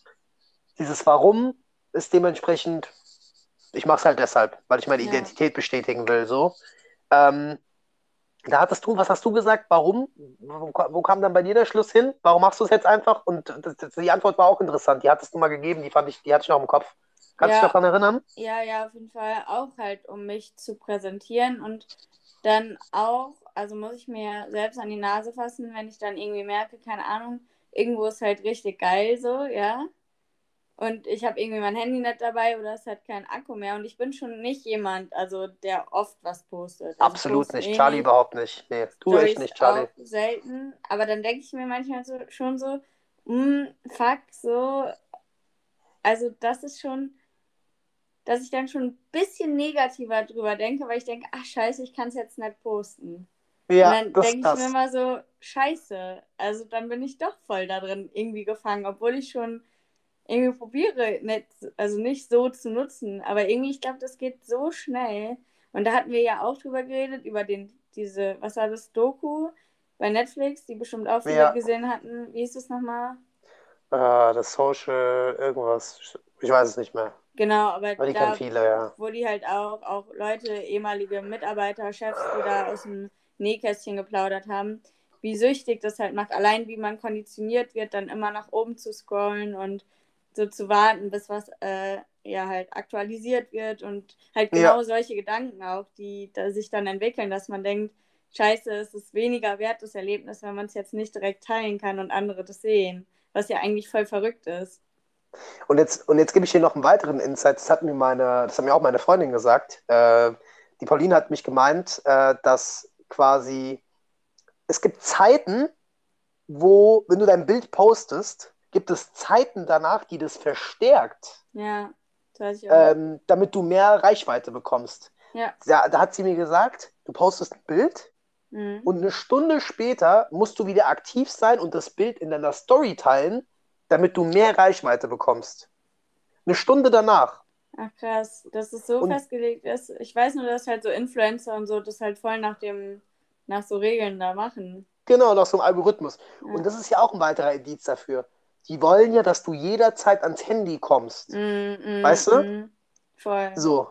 dieses Warum ist dementsprechend, ich mache es halt deshalb, weil ich meine Ja. Identität bestätigen will. So. Ähm, Da hattest du, was hast du gesagt? Warum? Wo, wo kam dann bei dir der Schluss hin? Warum machst du es jetzt einfach? Und das, das, die Antwort war auch interessant. Die hattest du mal gegeben, die fand ich, die hatte ich noch im Kopf. Kannst du dich Ja, noch daran erinnern? ja, ja, auf jeden Fall auch halt, um mich zu präsentieren und dann auch, also muss ich mir selbst an die Nase fassen, wenn ich dann irgendwie merke, keine Ahnung, irgendwo ist halt richtig geil so, ja. Und ich habe irgendwie mein Handy nicht dabei oder es hat keinen Akku mehr und ich bin schon nicht jemand, also der oft was postet. Also ich Absolut poste nicht. eh Charlie nicht. überhaupt nicht. Nee, du echt Stories nicht, Charlie. auch selten, aber dann denke ich mir manchmal so, schon so, mm, fuck, so, also das ist schon, dass ich dann schon ein bisschen negativer drüber denke, weil ich denke, ach scheiße, ich kann es jetzt nicht posten. Und Ja, dann das, denke ich mir das. mal so, scheiße, also dann bin ich doch voll da drin irgendwie gefangen, obwohl ich schon irgendwie probiere, nicht, also nicht so zu nutzen, aber irgendwie, ich glaube, das geht so schnell. Und da hatten wir ja auch drüber geredet, über den, diese, was war das, Doku bei Netflix, die bestimmt auch viele Ja, gesehen hatten. Wie hieß das nochmal? äh, das Social, irgendwas. Ich weiß es nicht mehr. Genau, aber Aber die kennen da, viele, ja. wo die halt auch, auch Leute, ehemalige Mitarbeiter, Chefs, die da aus dem Nähkästchen geplaudert haben, wie süchtig das halt macht. Allein wie man konditioniert wird, dann immer nach oben zu scrollen und so zu warten, bis was äh, ja halt aktualisiert wird und halt Ja, genau solche Gedanken auch, die da sich dann entwickeln, dass man denkt, scheiße, es ist weniger wert, das Erlebnis, wenn man es jetzt nicht direkt teilen kann und andere das sehen, was ja eigentlich voll verrückt ist. und jetzt, und jetzt gebe ich dir noch einen weiteren Insight. Das hat mir meine, das hat mir auch meine Freundin gesagt. Äh, die Pauline hat mich gemeint, äh, dass quasi es gibt Zeiten, wo, wenn du dein Bild postest, gibt es Zeiten danach, die das verstärkt, Ja, das weiß ich auch. ähm, damit du mehr Reichweite bekommst. Ja. Da, da hat sie mir gesagt, du postest ein Bild Mhm. und eine Stunde später musst du wieder aktiv sein und das Bild in deiner Story teilen, damit du mehr Reichweite bekommst. Eine Stunde danach. Ach krass, dass es so Und festgelegt ist. Ich weiß nur, dass halt so Influencer und so das halt voll nach dem, nach so Regeln da machen. genau, nach so einem Algorithmus. Und Ja. das ist ja auch ein weiterer Indiz dafür. Die wollen ja, dass du jederzeit ans Handy kommst. Mm, mm, Weißt du? mm. Voll. So.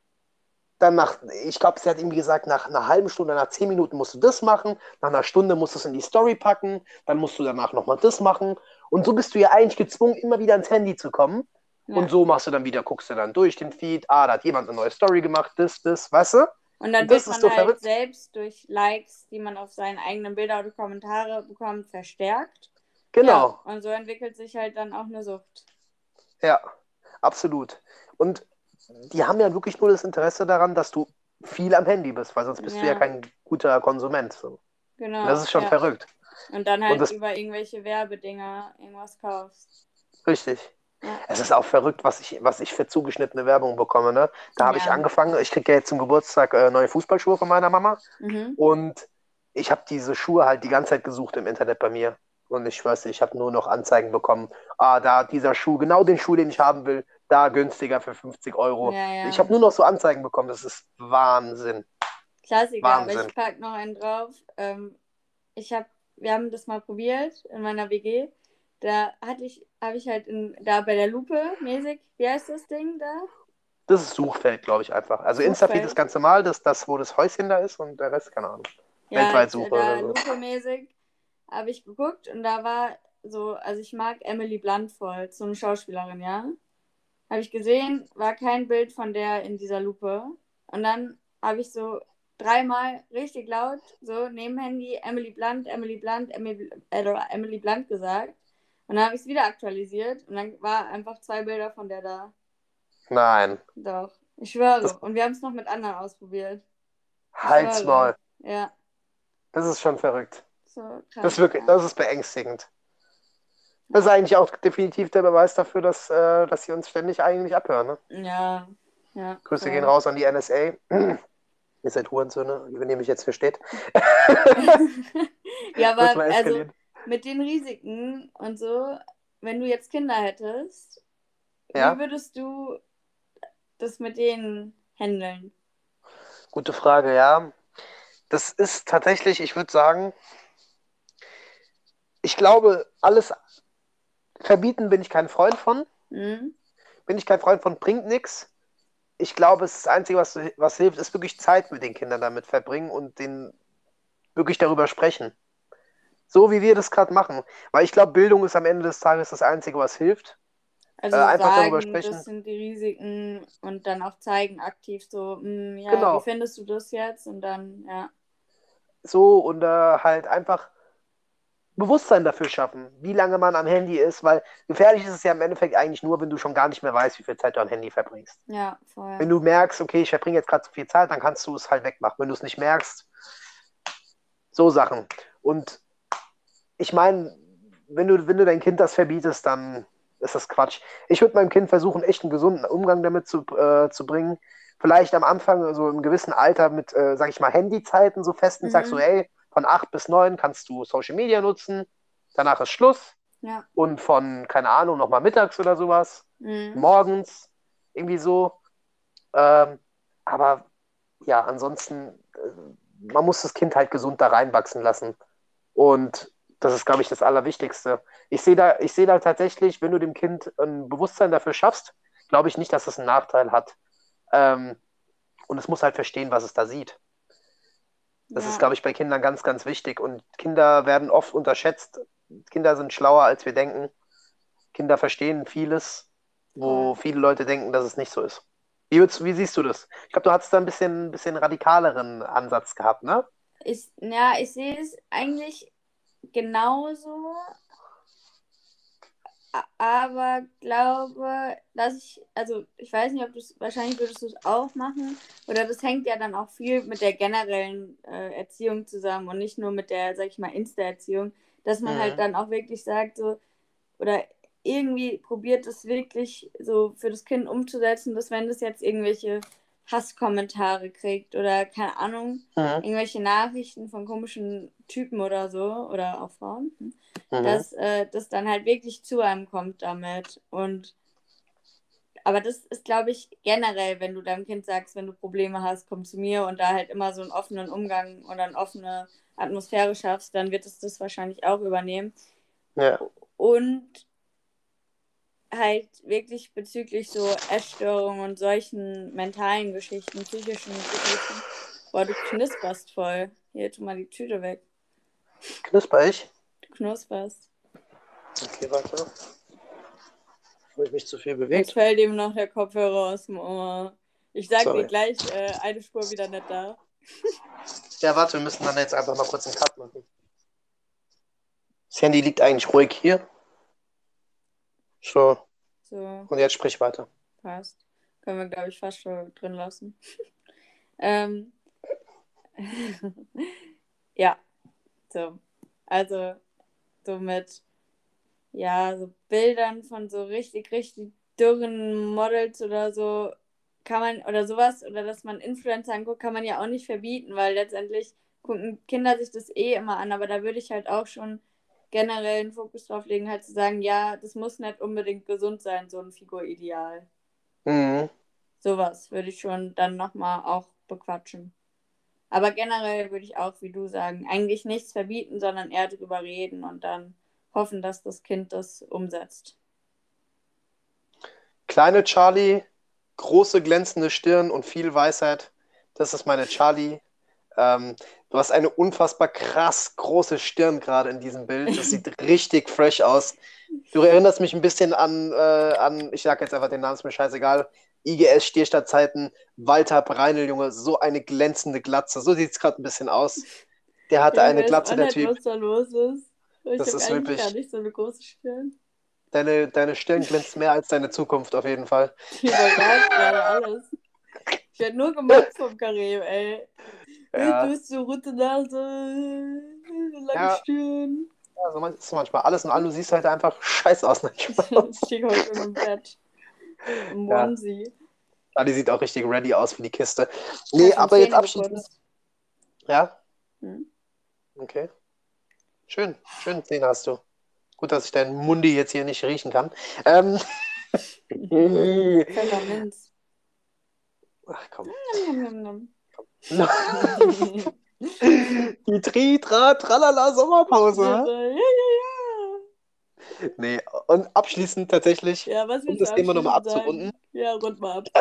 Dann nach, ich glaube, sie hat irgendwie gesagt, nach einer halben Stunde, nach zehn Minuten musst du das machen, nach einer Stunde musst du es in die Story packen, dann musst du danach nochmal das machen. Und so bist du ja eigentlich gezwungen, immer wieder ans Handy zu kommen. Ja. Und so machst du dann wieder, guckst du dann durch den Feed, ah, da hat jemand eine neue Story gemacht, das, das, weißt du? Und dann Und das wird ist man so halt verrückt. selbst durch Likes, die man auf seinen eigenen Bilder oder Kommentare bekommt, verstärkt. Ja, Genau. und so entwickelt sich halt dann auch eine Sucht. Ja, absolut. Und die haben ja wirklich nur das Interesse daran, dass du viel am Handy bist, weil sonst bist du ja Ja, kein guter Konsument. So. Und das genau, ist schon ja. verrückt. Und dann Und halt das, über irgendwelche Werbedinger irgendwas kaufst. richtig. Ja, Es ist auch verrückt, was ich, was ich für zugeschnittene Werbung bekomme. Ne? Da habe ich ja. angefangen, ich kriege ja jetzt zum Geburtstag äh, neue Fußballschuhe von meiner Mama. Mhm. Und ich habe diese Schuhe halt die ganze Zeit gesucht im Internet bei mir. Und ich weiß nicht, ich habe nur noch Anzeigen bekommen. Ah, da dieser Schuh, genau den Schuh, den ich haben will, da günstiger für fünfzig Euro. Ja, Ich ja. habe nur noch so Anzeigen bekommen. Das ist Wahnsinn. Klassiker, aber Wahnsinn. ich pack noch einen drauf. Ähm, ich habe, wir haben das mal probiert in meiner W G. Da hatte ich, habe ich halt in, da bei der Lupe mäßig, wie heißt das Ding da? Das ist Suchfeld, glaube ich, einfach. Also Instafeed ist Suchfeld. ganz normal, das ist das, wo das Häuschen da ist und der Rest, keine Ahnung. Ja, Weltweitsuche da oder so. Lupe mäßig habe ich geguckt und da war so, also ich mag Emily Blunt voll, so eine Schauspielerin, ja. Habe ich gesehen, war kein Bild von der in dieser Lupe. Und dann habe ich so dreimal richtig laut, so neben Handy, Emily Blunt, Emily Blunt, Emily, äh, Emily Blunt gesagt. Und dann habe ich es wieder aktualisiert und dann war einfach zwei Bilder von der da. Nein. Doch, ich Das schwöre. Und wir haben es noch mit anderen ausprobiert. Ich Halt's schwöre. Maul. Ja, Das ist schon verrückt. so Das ist krass, wirklich, ja. das ist beängstigend. Das ist Ja, eigentlich auch definitiv der Beweis dafür, dass, äh, dass sie uns ständig eigentlich abhören. Ne? ja, ja, Grüße gehen voll. raus an die N S A. Ihr seid Hurensöhne, wenn ihr mich jetzt versteht. Ja, Kurz aber mal also eskalieren. mit den Risiken und so, wenn du jetzt Kinder hättest, wie Ja, würdest du das mit denen handeln? gute Frage, ja. Das ist tatsächlich, ich würde sagen, ich glaube, alles verbieten bin ich kein Freund von. Hm? Bin ich kein Freund von, bringt nichts. Ich glaube, es ist das Einzige, was, was hilft, ist wirklich Zeit mit den Kindern damit verbringen und denen wirklich darüber sprechen. So wie wir das gerade machen. Weil ich glaube, Bildung ist am Ende des Tages das Einzige, was hilft. Äh, Also einfach darüber sagen, das sprechen. sind die Risiken und dann auch zeigen aktiv so, hm, ja, wie Genau. findest du das jetzt? Und dann, ja, So und äh, halt einfach Bewusstsein dafür schaffen, wie lange man am Handy ist, weil gefährlich ist es ja im Endeffekt eigentlich nur, wenn du schon gar nicht mehr weißt, wie viel Zeit du am Handy verbringst. ja, voll. Wenn du merkst, okay, ich verbringe jetzt gerade zu viel Zeit, dann kannst du es halt wegmachen. Wenn du es nicht merkst, so Sachen. Und ich meine, wenn du, wenn du dein Kind das verbietest, dann ist das Quatsch. Ich würde meinem Kind versuchen, echt einen gesunden Umgang damit zu, äh, zu bringen. Vielleicht am Anfang, so also im gewissen Alter mit, äh, sag ich mal, Handyzeiten so festen, sagst du, Mhm. ey, von acht bis neun kannst du Social Media nutzen, danach ist Schluss. Ja. Und von, keine Ahnung, nochmal mittags oder sowas, Mhm. morgens, irgendwie so. Ähm, aber ja, ansonsten, äh, man muss das Kind halt gesund da reinwachsen lassen. Und das ist, glaube ich, das Allerwichtigste. Ich sehe da, ich sehe da tatsächlich, wenn du dem Kind ein Bewusstsein dafür schaffst, glaube ich nicht, dass es einen Nachteil hat. Ähm, und es muss halt verstehen, was es da sieht. Das ist, Ja, glaube ich, bei Kindern ganz, ganz wichtig. Und Kinder werden oft unterschätzt. Kinder sind schlauer, als wir denken. Kinder verstehen vieles, wo voll. viele Leute denken, dass es nicht so ist. Wie, würdest- wie siehst du das? Ich glaube, du hattest da ein bisschen, bisschen radikaleren Ansatz gehabt, ne? Ich, ja, ich sehe es eigentlich genauso, a- aber glaube, dass ich, also ich weiß nicht, ob du es, wahrscheinlich würdest du es auch machen, oder das hängt ja dann auch viel mit der generellen äh, Erziehung zusammen und nicht nur mit der, sag ich mal, Insta-Erziehung, dass man halt Mhm. dann auch wirklich sagt, so, oder irgendwie probiert es wirklich so für das Kind umzusetzen, dass wenn das jetzt irgendwelche Hasskommentare kriegt oder keine Ahnung, Mhm. irgendwelche Nachrichten von komischen Typen oder so oder auch Frauen, hm, Mhm. dass äh, das dann halt wirklich zu einem kommt damit. Und aber das ist, glaube ich, generell, wenn du deinem Kind sagst, wenn du Probleme hast, komm zu mir und da halt immer so einen offenen Umgang oder eine offene Atmosphäre schaffst, dann wird es das wahrscheinlich auch übernehmen. Ja. Und halt wirklich bezüglich so Essstörungen und solchen mentalen Geschichten, psychischen Geschichten. Boah, du knisperst voll. Hier, tu mal die Tüte weg. Knusper ich? Du knusperst. Okay, warte. Habe ich mich zu viel Jetzt bewegt? fällt ihm noch der Kopfhörer aus dem Ohr. Ich sag Sorry. dir gleich äh, eine Spur wieder nicht da. Ja, warte, wir müssen dann jetzt einfach mal kurz einen Cut machen. Das Handy liegt eigentlich ruhig hier. So, So, und jetzt sprich weiter. passt. Können wir, glaube ich, fast schon drin lassen. ähm. ja, so. Also, so mit, ja, so Bildern von so richtig, richtig dürren Models oder so kann man, oder sowas, oder dass man Influencer anguckt, kann man ja auch nicht verbieten, weil letztendlich gucken Kinder sich das eh immer an, aber da würde ich halt auch schon generell einen Fokus drauf legen, halt zu sagen, ja, das muss nicht unbedingt gesund sein, so ein Figurideal. Mhm. Sowas würde ich schon dann nochmal auch bequatschen. Aber generell würde ich auch, wie du sagen, eigentlich nichts verbieten, sondern eher drüber reden und dann hoffen, dass das Kind das umsetzt. Kleine Charlie, große glänzende Stirn und viel Weisheit. Das ist meine Charlie. Ähm, du hast eine unfassbar krass große Stirn gerade in diesem Bild. Das sieht richtig fresh aus. Du erinnerst mich ein bisschen an, äh, an ich sag jetzt einfach den Namen, ist mir scheißegal, I G S-Stierstadtzeiten, Walter Breinel, Junge, so eine glänzende Glatze. So sieht es gerade ein bisschen aus. Der hatte Ja, ich eine weiß Glatze, auch der nicht, Typ. was da los ist. Ich Das habe ist eigentlich gar wirklich, nicht so eine große Stirn. deine, deine Stirn glänzt mehr als deine Zukunft auf jeden Fall. Die überragt gerade alles. Ich werde nur gemobbt vom Karim, ey. Hey, du Ja, hast so rote Nase, lange ja, Stirn. ja, so ist es manchmal. Alles in allem, du siehst halt einfach scheiße aus. Nein, Spaß. Ich liege heute schon im Bett. Im Ja, Onesie. ja, die sieht auch richtig ready aus für die Kiste. Ich Nee, habe schon aber jetzt Zähne abschließend. geputzt. Ja, Hm? okay. Schön, schön, den hast du. Gut, dass ich deinen Mundi jetzt hier nicht riechen kann. Ähm. Pfefferminz. Ach komm. Nom, nom, nom, nom. Die Tritra, Tralala Sommerpause. Ja, hä? ja, ja. Nee, und abschließend tatsächlich, Ja, was um willst du das Thema nochmal abschließend abzurunden. sagen? Ja, rund mal ab.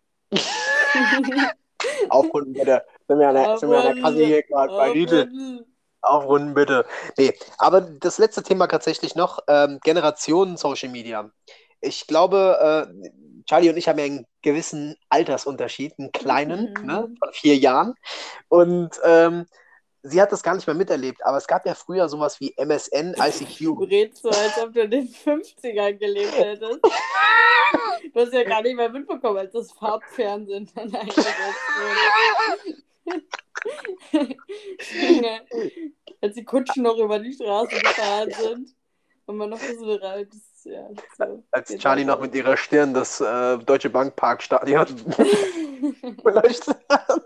Aufrunden bitte. Sind wir an der, sind wir an der Kasse Aufrunden. hier gerade bei Lidl. Aufrunden. Aufrunden bitte. Nee, aber das letzte Thema tatsächlich noch, ähm, Generationen Social Media. Ich glaube, äh, Charlie und ich haben ja einen gewissen Altersunterschied, einen kleinen, ne, von vier Jahren. Und ähm, sie hat das gar nicht mehr miterlebt, aber es gab ja früher sowas wie M S N, I C Du Q. redest so, als ob du in den fünfzigern gelebt hättest. Du hast ja gar nicht mehr mitbekommen, als das Farbfernsehen dann eingesetzt wurde. Als die Kutschen noch über die Straße gefahren sind. Und man noch das bereit ist. Ja, so. Als Geht Charlie noch weiter. mit ihrer Stirn das äh, Deutsche Bank Parkstadion beleuchtet hat.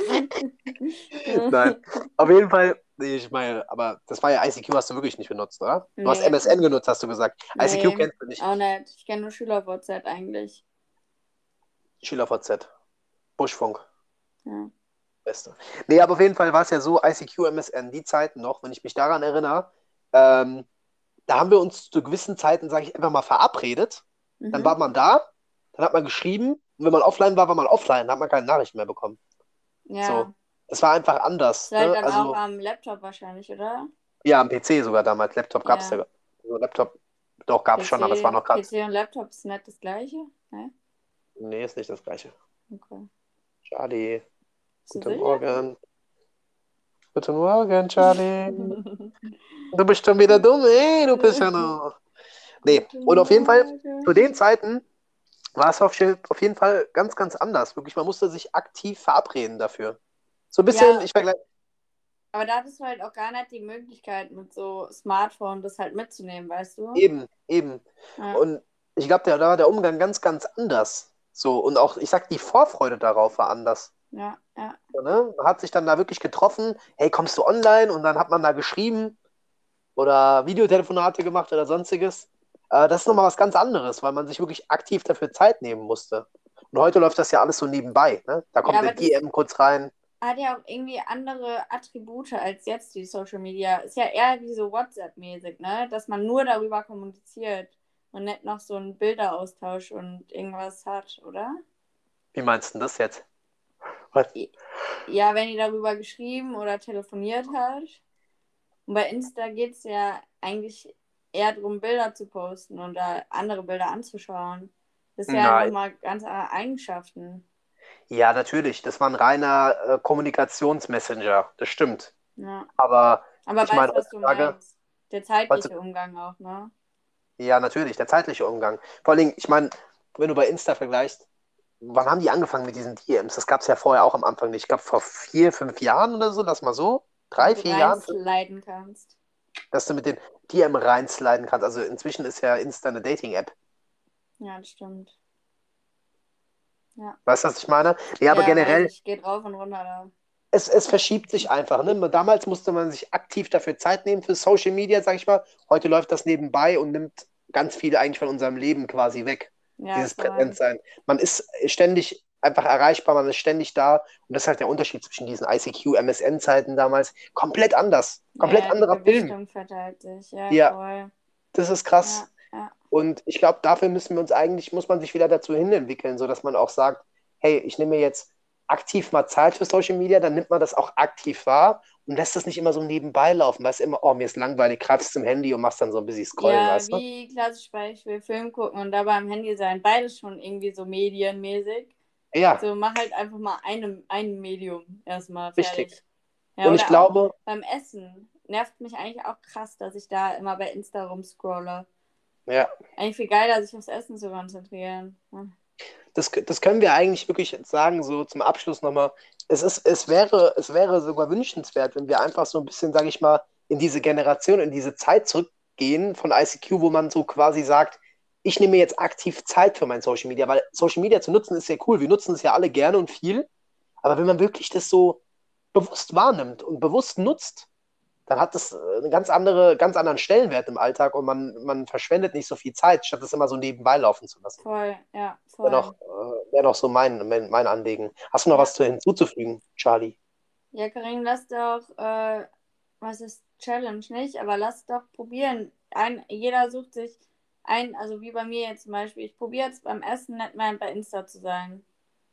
Nein, auf jeden Fall, nee, ich meine, aber das war ja I C Q, hast du wirklich nicht benutzt, oder? Du hast Nee, M S N genutzt, hast du gesagt. I C Q nee, kennst du nicht. auch nicht. Ich kenne nur Schüler-V Z eigentlich. SchülerVZ, Buschfunk, Ja. Beste. Nee, aber auf jeden Fall war es ja so, I C Q, M S N, die Zeiten noch, wenn ich mich daran erinnere, ähm, da haben wir uns zu gewissen Zeiten, sage ich, einfach mal verabredet. Dann Mhm. war man da, dann hat man geschrieben und wenn man offline war, war man offline, dann hat man keine Nachrichten mehr bekommen. Ja. So, das war einfach anders. Ist halt Ne? dann auch Also, am Laptop wahrscheinlich, oder? ja, am P C sogar damals. Laptop gab es Ja. ja. Also Laptop, doch, gab es schon, aber es war PC, noch gerade. P C und Laptop ist nicht das gleiche? Ne? Nee, ist nicht das Gleiche. Okay. Charlie, Bist du guten sicher? Morgen. Guten Morgen, Charlie. Du bist schon wieder dumm, ey, du bist ja noch. Nee, Guten und auf jeden Fall, Morgen. zu den Zeiten war es auf auf jeden Fall ganz, ganz anders. Wirklich, man musste sich aktiv verabreden dafür. So ein bisschen, Ja, ich vergleiche. aber da hattest du halt auch gar nicht die Möglichkeit, mit so Smartphone das halt mitzunehmen, weißt du? Eben, eben. Ja, Und ich glaube, da war der Umgang ganz, ganz anders. So, und auch, ich sag, die Vorfreude darauf war anders. ja, ja. So, ne? Man hat sich dann da wirklich getroffen, hey, kommst du online? Und dann hat man da geschrieben oder Videotelefonate gemacht oder sonstiges. Äh, das ist nochmal was ganz anderes, weil man sich wirklich aktiv dafür Zeit nehmen musste. Und heute läuft das ja alles so nebenbei. Ne? Da Ja, kommt aber eine das D M kurz rein. hat ja auch irgendwie andere Attribute als jetzt die Social Media. Ist ja eher wie so WhatsApp-mäßig, ne? Dass man nur darüber kommuniziert und nicht noch so einen Bilderaustausch und irgendwas hat, oder? Wie meinst du denn das jetzt? Was? Ja, wenn die darüber geschrieben oder telefoniert hat. Und bei Insta geht es ja eigentlich eher darum, Bilder zu posten oder andere Bilder anzuschauen. Das ist ja Nein. nochmal ganz andere Eigenschaften. Ja, natürlich. Das war ein reiner äh, Kommunikationsmessenger. Das stimmt. Ja. Aber Aber ich meine, weißt du, was du heutzutage, meinst? Der zeitliche heutzutage, Umgang auch, ne? ja, natürlich, der zeitliche Umgang. Vor allen Dingen, ich meine, wenn du bei Insta vergleichst, wann haben die angefangen mit diesen D Ms? Das gab es ja vorher auch am Anfang nicht. Ich glaube, vor vier, fünf Jahren oder so, lass mal so. Wo Drei, du vier Jahren, reinsliden kannst. dass du mit den D M reinsliden kannst. Also inzwischen ist ja Insta eine Dating-App. Ja, das stimmt. Ja. Weißt du, was ich meine? Ja, aber Ja, weiß generell, ich. Geht rauf und runter da. es, es verschiebt sich einfach. Ne? Damals musste man sich aktiv dafür Zeit nehmen für Social Media, sag ich mal. Heute läuft das nebenbei und nimmt ganz viel eigentlich von unserem Leben quasi weg. Ja, Dieses voll. Präsentsein. Man ist ständig einfach erreichbar, man ist ständig da. Und das ist halt der Unterschied zwischen diesen I C Q, M S N-Zeiten damals. Komplett anders. Komplett Ja, die anderer Film. Gewichtung verteilt sich. Ja, Ja, voll. das ist Ja, krass. ja. Und ich glaube, dafür müssen wir uns eigentlich, muss man sich wieder dazu hinentwickeln, sodass man auch sagt, hey, ich nehme mir jetzt aktiv mal Zeit für Social Media, dann nimmt man das auch aktiv wahr und lässt das nicht immer so nebenbei laufen. Weißt du, immer, oh, mir ist langweilig, greifst zum Handy und machst dann so ein bisschen Scrollen, Ja, weißt du? wie klassisch bei ich will Film gucken und dabei am Handy sein. Beides schon irgendwie so medienmäßig. Ja, So, mach halt einfach mal einem, ein Medium erstmal richtig. fertig. Ja, Und ich oder auch glaube, beim Essen. Nervt mich eigentlich auch krass, dass ich da immer bei Insta rumscrolle. ja, Eigentlich viel geiler, sich aufs Essen zu konzentrieren. Ja. das, das können wir eigentlich wirklich sagen, so zum Abschluss nochmal. Es ist, es wäre, es wäre sogar wünschenswert, wenn wir einfach so ein bisschen, sage ich mal, in diese Generation, in diese Zeit zurückgehen von I C Q, wo man so quasi sagt, ich nehme mir jetzt aktiv Zeit für mein Social Media, weil Social Media zu nutzen ist ja cool. Wir nutzen es ja alle gerne und viel. Aber wenn man wirklich das so bewusst wahrnimmt und bewusst nutzt, dann hat das einen ganz, andere, ganz anderen Stellenwert im Alltag und man, man verschwendet nicht so viel Zeit, statt das immer so nebenbei laufen zu lassen. Voll, ja, Wäre voll. noch, äh, wär noch so mein, mein, mein Anliegen. Hast du noch Ja, was zu hinzuzufügen, Charlie? ja, Karin, lass doch, äh, was ist Challenge nicht, aber lass doch probieren. Ein, jeder sucht sich ein, also wie bei mir jetzt zum Beispiel, ich probiere jetzt beim Essen nicht mehr bei Insta zu sein.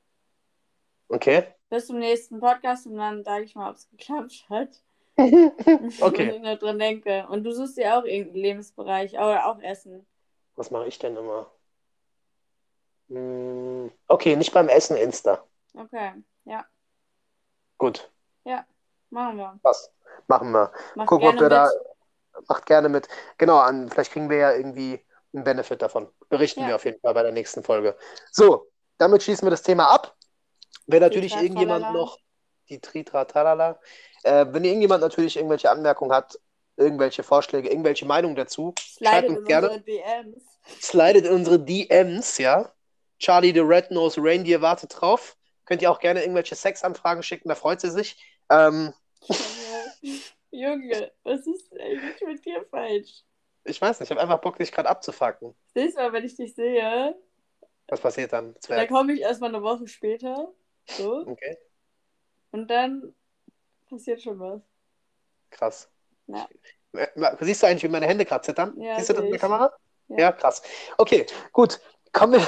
Okay. Bis zum nächsten Podcast und dann sage ich mal, ob es geklappt hat. Wenn Okay. ich noch dran denke. Und du suchst dir auch irgendeinen Lebensbereich oder auch Essen. Was mache ich denn immer? Hm, okay, nicht beim Essen Insta. Okay, ja, Gut, ja, machen wir. passt. Machen wir. Macht Gucken, ob gerne wir da, mit. macht gerne mit. Genau, an, vielleicht kriegen wir ja irgendwie einen Benefit davon. Berichten wir Ja, auf jeden Fall bei der nächsten Folge. So, damit schließen wir das Thema ab. Wenn natürlich Tritra, irgendjemand tralala. noch die Tritra, talala, äh, wenn irgendjemand natürlich irgendwelche Anmerkungen hat, irgendwelche Vorschläge, irgendwelche Meinungen dazu, schreibt Slidet uns in gerne. unsere D Ms. Slidet in unsere D Ms, ja. Charlie the Red-Nosed Reindeer wartet drauf. Könnt ihr auch gerne irgendwelche Sexanfragen schicken, da freut sie sich. Ähm, Junge, Junge, was ist eigentlich mit dir falsch? ich weiß nicht, ich habe einfach Bock, dich gerade abzufacken. Das nächste Mal, wenn ich dich sehe, Was passiert dann, dann Zwerg? komme ich erstmal eine Woche später. So. Okay, Und dann passiert schon was. krass. Ja, Äh, Siehst du eigentlich, wie meine Hände gerade zittern? ja, Siehst du das in sehe der ich. Kamera? Ja. Ja, krass. Okay, gut. Kommen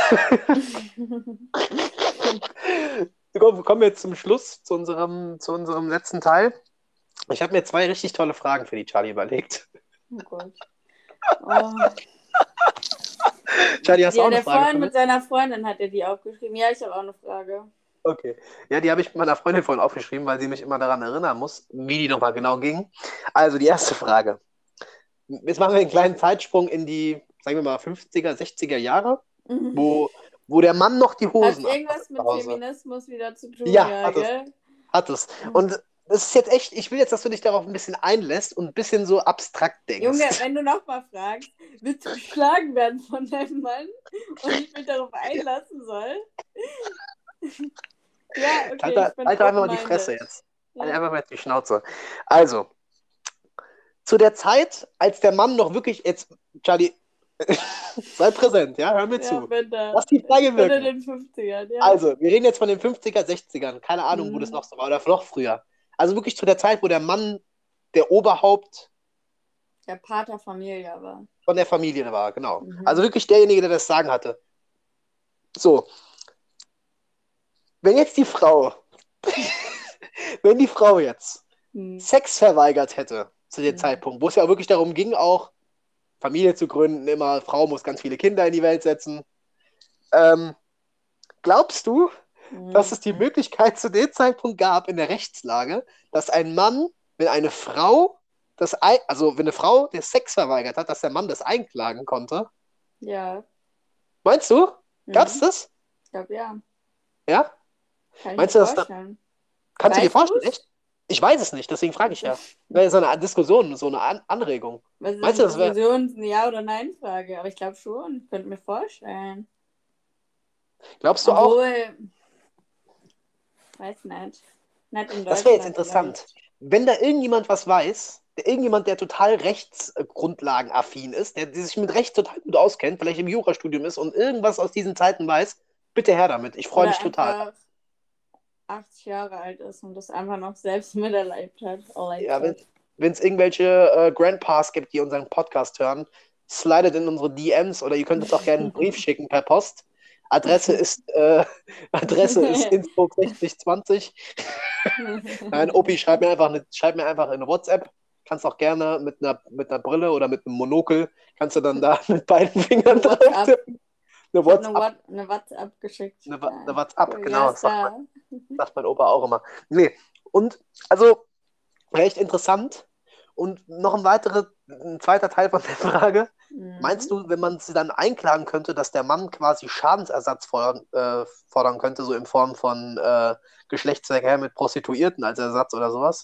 wir, kommen wir jetzt zum Schluss, zu unserem, zu unserem letzten Teil. Ich habe mir zwei richtig tolle Fragen für die Charlie überlegt. Oh Gott. Oh. Charlie, hast du Ja, auch eine der Frage Freund für mit mich? seiner Freundin hat er die aufgeschrieben. Ja, ich habe auch eine Frage. Okay. Ja, die habe ich mit meiner Freundin vorhin aufgeschrieben, weil sie mich immer daran erinnern muss, wie die nochmal genau ging. Also die erste Frage. Jetzt machen wir einen kleinen Zeitsprung in die, sagen wir mal, fünfziger, sechziger Jahre, Mhm. wo, wo der Mann noch die Hat Hosen irgendwas anhatte zu mit Hause. Feminismus wieder zu tun, Ja, ja, hat es. gell? Hat es. Und das ist jetzt echt, ich will jetzt, dass du dich darauf ein bisschen einlässt und ein bisschen so abstrakt denkst. Junge, wenn du nochmal fragst, willst du geschlagen werden von deinem Mann und ich mich darauf einlassen soll? Ja, okay, Alter, ich bin Alter, einfach mal die open-minded. Fresse jetzt. Ja. Alter, einfach mal die Schnauze. Also, zu der Zeit, als der Mann noch wirklich, jetzt, Charlie, sei präsent, ja, hör mir Ja, zu. bitte. Lass die Frage Ich bin in wirken. den fünfzigern, ja. Also, wir reden jetzt von den fünfziger, sechzigern, keine Ahnung, wo das Mhm. noch so war, oder noch früher. Also wirklich zu der Zeit, wo der Mann der Oberhaupt Der Pater Familia war. von der Familie war, genau. Mhm. Also wirklich derjenige, der das Sagen hatte. So, wenn jetzt die Frau, wenn die Frau jetzt Mhm. Sex verweigert hätte zu dem Mhm. Zeitpunkt, wo es ja wirklich darum ging, auch Familie zu gründen, immer, Frau muss ganz viele Kinder in die Welt setzen. Ähm, glaubst du, dass es die Möglichkeit zu dem Zeitpunkt gab in der Rechtslage, dass ein Mann, wenn eine Frau das, ein, also wenn eine Frau den Sex verweigert hat, dass der Mann das einklagen konnte. Ja. Meinst du? Gab's Mhm. das? Ich glaube, ja. Ja? Kann ich Meinst mir du das dann? vorstellen. Kannst du dir Weißt vorstellen, du's? echt? Ich weiß es nicht, deswegen frage ich ja. Wäre so eine Diskussion, so eine An Anregung. Was ist Meinst eine du, das wäre. Diskussion? Ist eine Ja- oder Nein-Frage. Aber ich glaube schon. Ich könnte mir vorstellen. Glaubst du auch? Obwohl, weiß nicht. Nicht in Das wäre jetzt Deutschland interessant. vielleicht. Wenn da irgendjemand was weiß, der, irgendjemand, der total rechtsgrundlagenaffin ist, der, der sich mit Recht total gut auskennt, vielleicht im Jurastudium ist und irgendwas aus diesen Zeiten weiß, bitte her damit. Ich freue Oder mich total. einfach achtzig Jahre alt ist und das einfach noch selbst miterlebt hat. Erlebt Ja, wenn hat. es irgendwelche äh, Grandpas gibt, die unseren Podcast hören, slidet in unsere D Ms oder ihr könnt uns auch gerne einen Brief schicken per Post. Adresse ist, äh, Adresse ist Innsbruck sechzig zwanzig. Nein, Opi, schreib mir einfach eine, schreib mir einfach in WhatsApp. Kannst auch gerne mit einer, mit einer Brille oder mit einem Monokel, kannst du dann da mit beiden Fingern Eine drauf WhatsApp. tippen. Eine Ich habe eine, WhatsApp, What eine WhatsApp geschickt. eine, Ja. eine WhatsApp, Cool, genau, ja, das sagt mein, da. sagt mein Opa auch immer. Nee, und also recht interessant. Und noch ein weiterer, ein zweiter Teil von der Frage. Meinst Mhm. du, wenn man sie dann einklagen könnte, dass der Mann quasi Schadensersatz fordern, äh, fordern könnte, so in Form von äh, Geschlechtsverkehr mit Prostituierten als Ersatz oder sowas?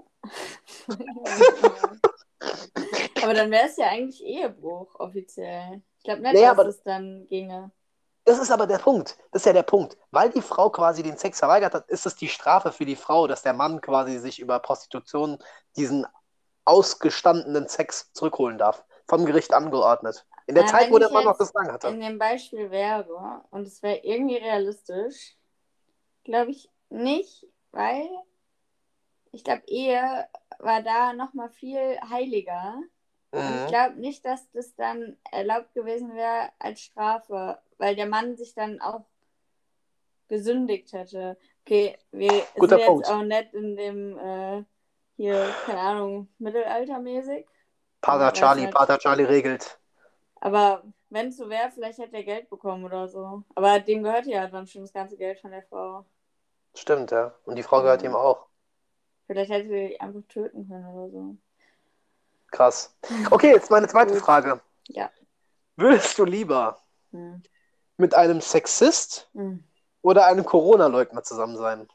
Aber dann wäre es ja eigentlich Ehebruch offiziell. Ich glaube nicht, Naja, dass aber es dann ginge. das ist aber der Punkt. Das ist ja der Punkt. Weil die Frau quasi den Sex verweigert hat, ist es die Strafe für die Frau, dass der Mann quasi sich über Prostitution diesen ausgestandenen Sex zurückholen darf. Vom Gericht angeordnet. In der Äh, Zeit, wenn wo ich der Mann noch jetzt das Sagen hatte. in dem Beispiel wäre und es wäre irgendwie realistisch, glaube ich nicht, weil ich glaube, Ehe war da nochmal viel heiliger. Und ich Mhm. glaube nicht, dass das dann erlaubt gewesen wäre als Strafe, weil der Mann sich dann auch gesündigt hätte. Okay, wir Guter sind jetzt Punkt. auch nicht in dem, äh, hier, keine Ahnung, mittelaltermäßig. Pater Ich weiß Charlie, nicht. Pater Charlie regelt. Aber wenn es so wäre, vielleicht hätte er Geld bekommen oder so. Aber dem gehört ja dann schon das ganze Geld von der Frau. Stimmt, ja. Und die Frau gehört Ja. ihm auch. Vielleicht hätte sie die einfach töten können oder so. Krass. Okay, jetzt meine zweite Gut. Frage. Ja. Würdest du lieber Hm. mit einem Sexist Hm. oder einem Corona-Leugner zusammen sein?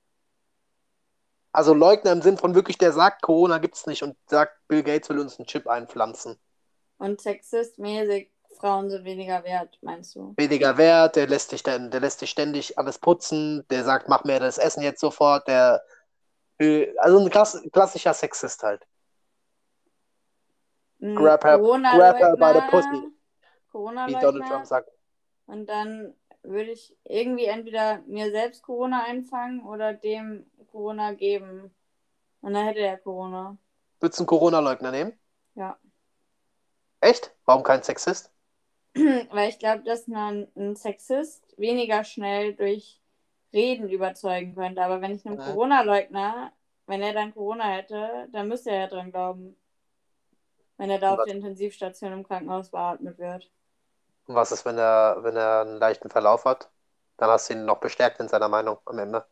Also Leugner im Sinn von wirklich, der sagt, Corona gibt's nicht und sagt, Bill Gates will uns einen Chip einpflanzen. Und sexistmäßig, Frauen sind weniger wert, meinst du? Weniger wert, der lässt dich dann, der lässt dich ständig alles putzen, der sagt, mach mir das Essen jetzt sofort, der will, also ein klass, klassischer Sexist halt. Ein Grab her, grab her by the pussy, Corona-Leugner, wie Donald Trump Corona-Leugner. sagt. Und dann würde ich irgendwie entweder mir selbst Corona einfangen oder dem Corona geben. Und dann hätte er Corona. Würdest du einen Corona-Leugner nehmen? Ja. Echt? Warum kein Sexist? Weil ich glaube, dass man einen Sexist weniger schnell durch Reden überzeugen könnte. Aber wenn ich einem Mhm. Corona-Leugner, wenn er dann Corona hätte, dann müsste er ja dran glauben. Wenn er da Und auf was, der Intensivstation im Krankenhaus beatmet wird. und was ist, wenn er, wenn er einen leichten Verlauf hat? Dann hast du ihn noch bestärkt in seiner Meinung am Ende.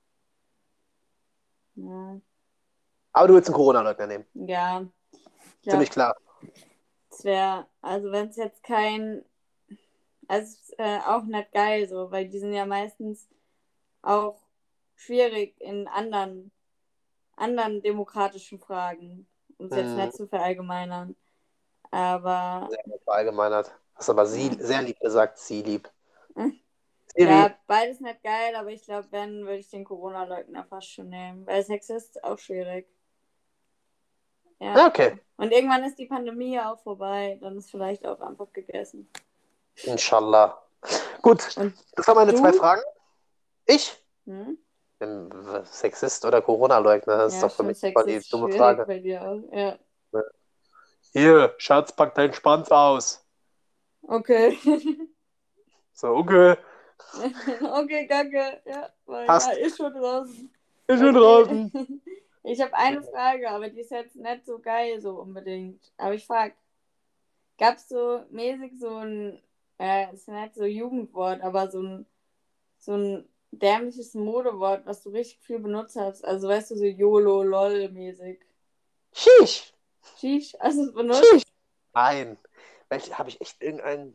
Ja. Aber du willst einen Corona-Leugner nehmen. Ja. Ich Ziemlich glaube, klar. es wäre, also wenn es jetzt kein, also es ist äh, auch nicht geil so, weil die sind ja meistens auch schwierig in anderen, anderen demokratischen Fragen, um es jetzt Mhm. nicht zu verallgemeinern. Aber Sehr gut verallgemeinert. Hast aber sie ja. sehr lieb gesagt, sie lieb. Ja, Siri. beides nicht geil, aber ich glaube, wenn, würde ich den Corona-Leugner fast schon nehmen. Weil Sex ist auch schwierig. Ja. Ja, okay. Und irgendwann ist die Pandemie ja auch vorbei. Dann ist vielleicht auch einfach gegessen. Inshallah. Gut, Und das waren meine du? zwei Fragen. Ich? Hm? Bin Sexist oder Corona-Leugner? Das ist Ja, doch für schon mich voll die Sex ist dumme schwierig Frage. bei dir auch. Ja. Hier, Schatz, pack deinen Schwanz aus. Okay. So, okay. Okay, danke. Ja, weil ja, Passt. ist schon draußen. Ist schon Okay. draußen. Ich habe eine Frage, aber die ist jetzt nicht so geil so unbedingt. Aber ich frage, gab es so mäßig so ein, äh, ist nicht so Jugendwort, aber so ein, so ein dämliches Modewort, was du richtig viel benutzt hast. Also weißt du, so YOLO, LOL-mäßig. Sheesh. Sheesh, hast du es benutzt? Sheesh. Nein. Welche habe ich echt irgendeinen.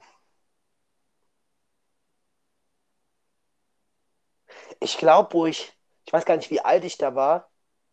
Ich glaube, wo ich. Ich weiß gar nicht, wie alt ich da war.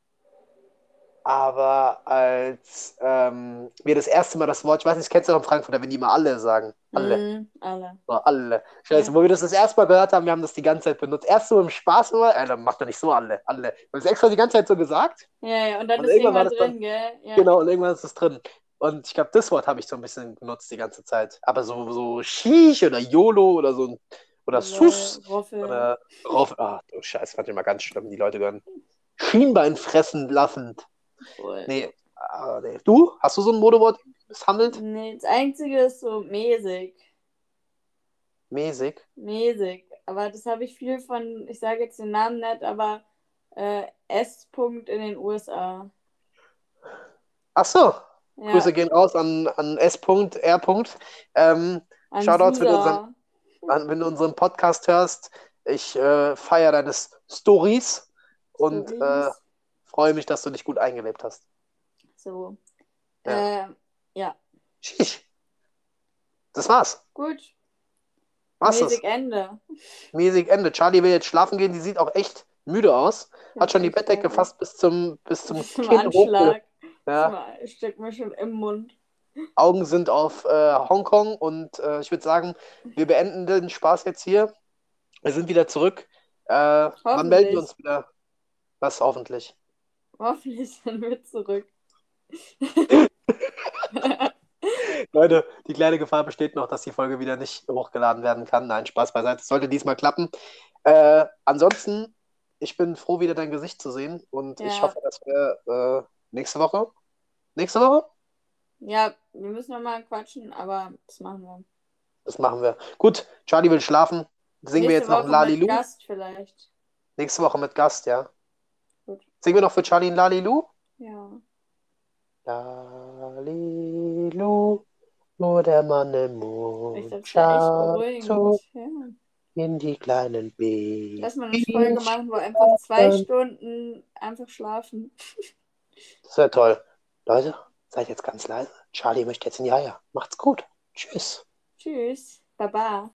Aber als ähm, wir das erste Mal das Wort, ich weiß nicht, kennst du noch in Frankfurt, wenn die immer alle sagen. Alle. Mm, alle. So, alle. Scheiße, Ja. wo wir das das erste Mal gehört haben, wir haben das die ganze Zeit benutzt. Erst so im Spaß immer, äh, dann macht er nicht so alle. Alle. Wir haben es extra die ganze Zeit so gesagt. Ja, ja, und dann Und ist irgendwann war irgendwann das drin, dann. gell? Ja. Genau, und irgendwann ist es drin. Und ich glaube, das Wort habe ich so ein bisschen benutzt die ganze Zeit. Aber so, so Sheesh oder YOLO oder so oder Lol, Sus Roffel. oder Roff. Ach du Scheiß, fand ich immer ganz schlimm, die Leute hören. Schienbein fressen lassend. Voll. Nee, ah, nee. Du? Hast du so ein Modewort misshandelt? Nee, das Einzige ist so mäßig. Mäßig. Mäßig. Aber das habe ich viel von, ich sage jetzt den Namen nicht, aber äh, S. -Punkt in den U S A. Ach so. Ja, Grüße gehen raus an, an S. R. Ähm, an Shoutouts, wenn du, unseren, Susa. an, wenn du unseren Podcast hörst. Ich äh, feiere deine Stories und äh, Stories. freue mich, dass du dich gut eingelebt hast. So. Ja. Äh, ja, Sheesh. Das war's. gut. Was ist Mäßig das? Ende. Mäßig Ende. Charlie will jetzt schlafen gehen. Die sieht auch echt müde aus. Ich Hat bin schon die echt Bettdecke fertig. fast bis zum, bis zum Zum Kinn hochge... Anschlag. Ja. Ich stecke mir schon im Mund. Augen sind auf äh, Hongkong und äh, ich würde sagen, wir beenden den Spaß jetzt hier. Wir sind wieder zurück. Äh, wann melden wir Hoffentlich. uns wieder? Was hoffentlich? Hoffentlich sind wir zurück. Leute, die kleine Gefahr besteht noch, dass die Folge wieder nicht hochgeladen werden kann. Nein, Spaß beiseite. Es sollte diesmal klappen. Äh, ansonsten, ich bin froh, wieder dein Gesicht zu sehen und ich Ja, hoffe, dass wir äh, nächste Woche. Nächste Woche? ja, wir müssen nochmal quatschen, aber das machen wir. Das machen wir. Gut, Charlie will schlafen. Singen wir Nächste jetzt noch ein Woche mit Lalilu? Gast vielleicht. Nächste Woche mit Gast, ja. Gut. Singen wir noch für Charlie ein Lalilu? Ja. Lalilu, nur der Mann im Ich Mond glaube, es wäre echt schaut beruhigend. so Ja. in die kleinen Lass mal eine Folge Babys. machen, wo einfach zwei Stunden einfach schlafen. Das wäre toll. Leute, seid jetzt ganz leise. Charlie möchte jetzt in die Eier. Macht's gut. Tschüss. Tschüss. Baba.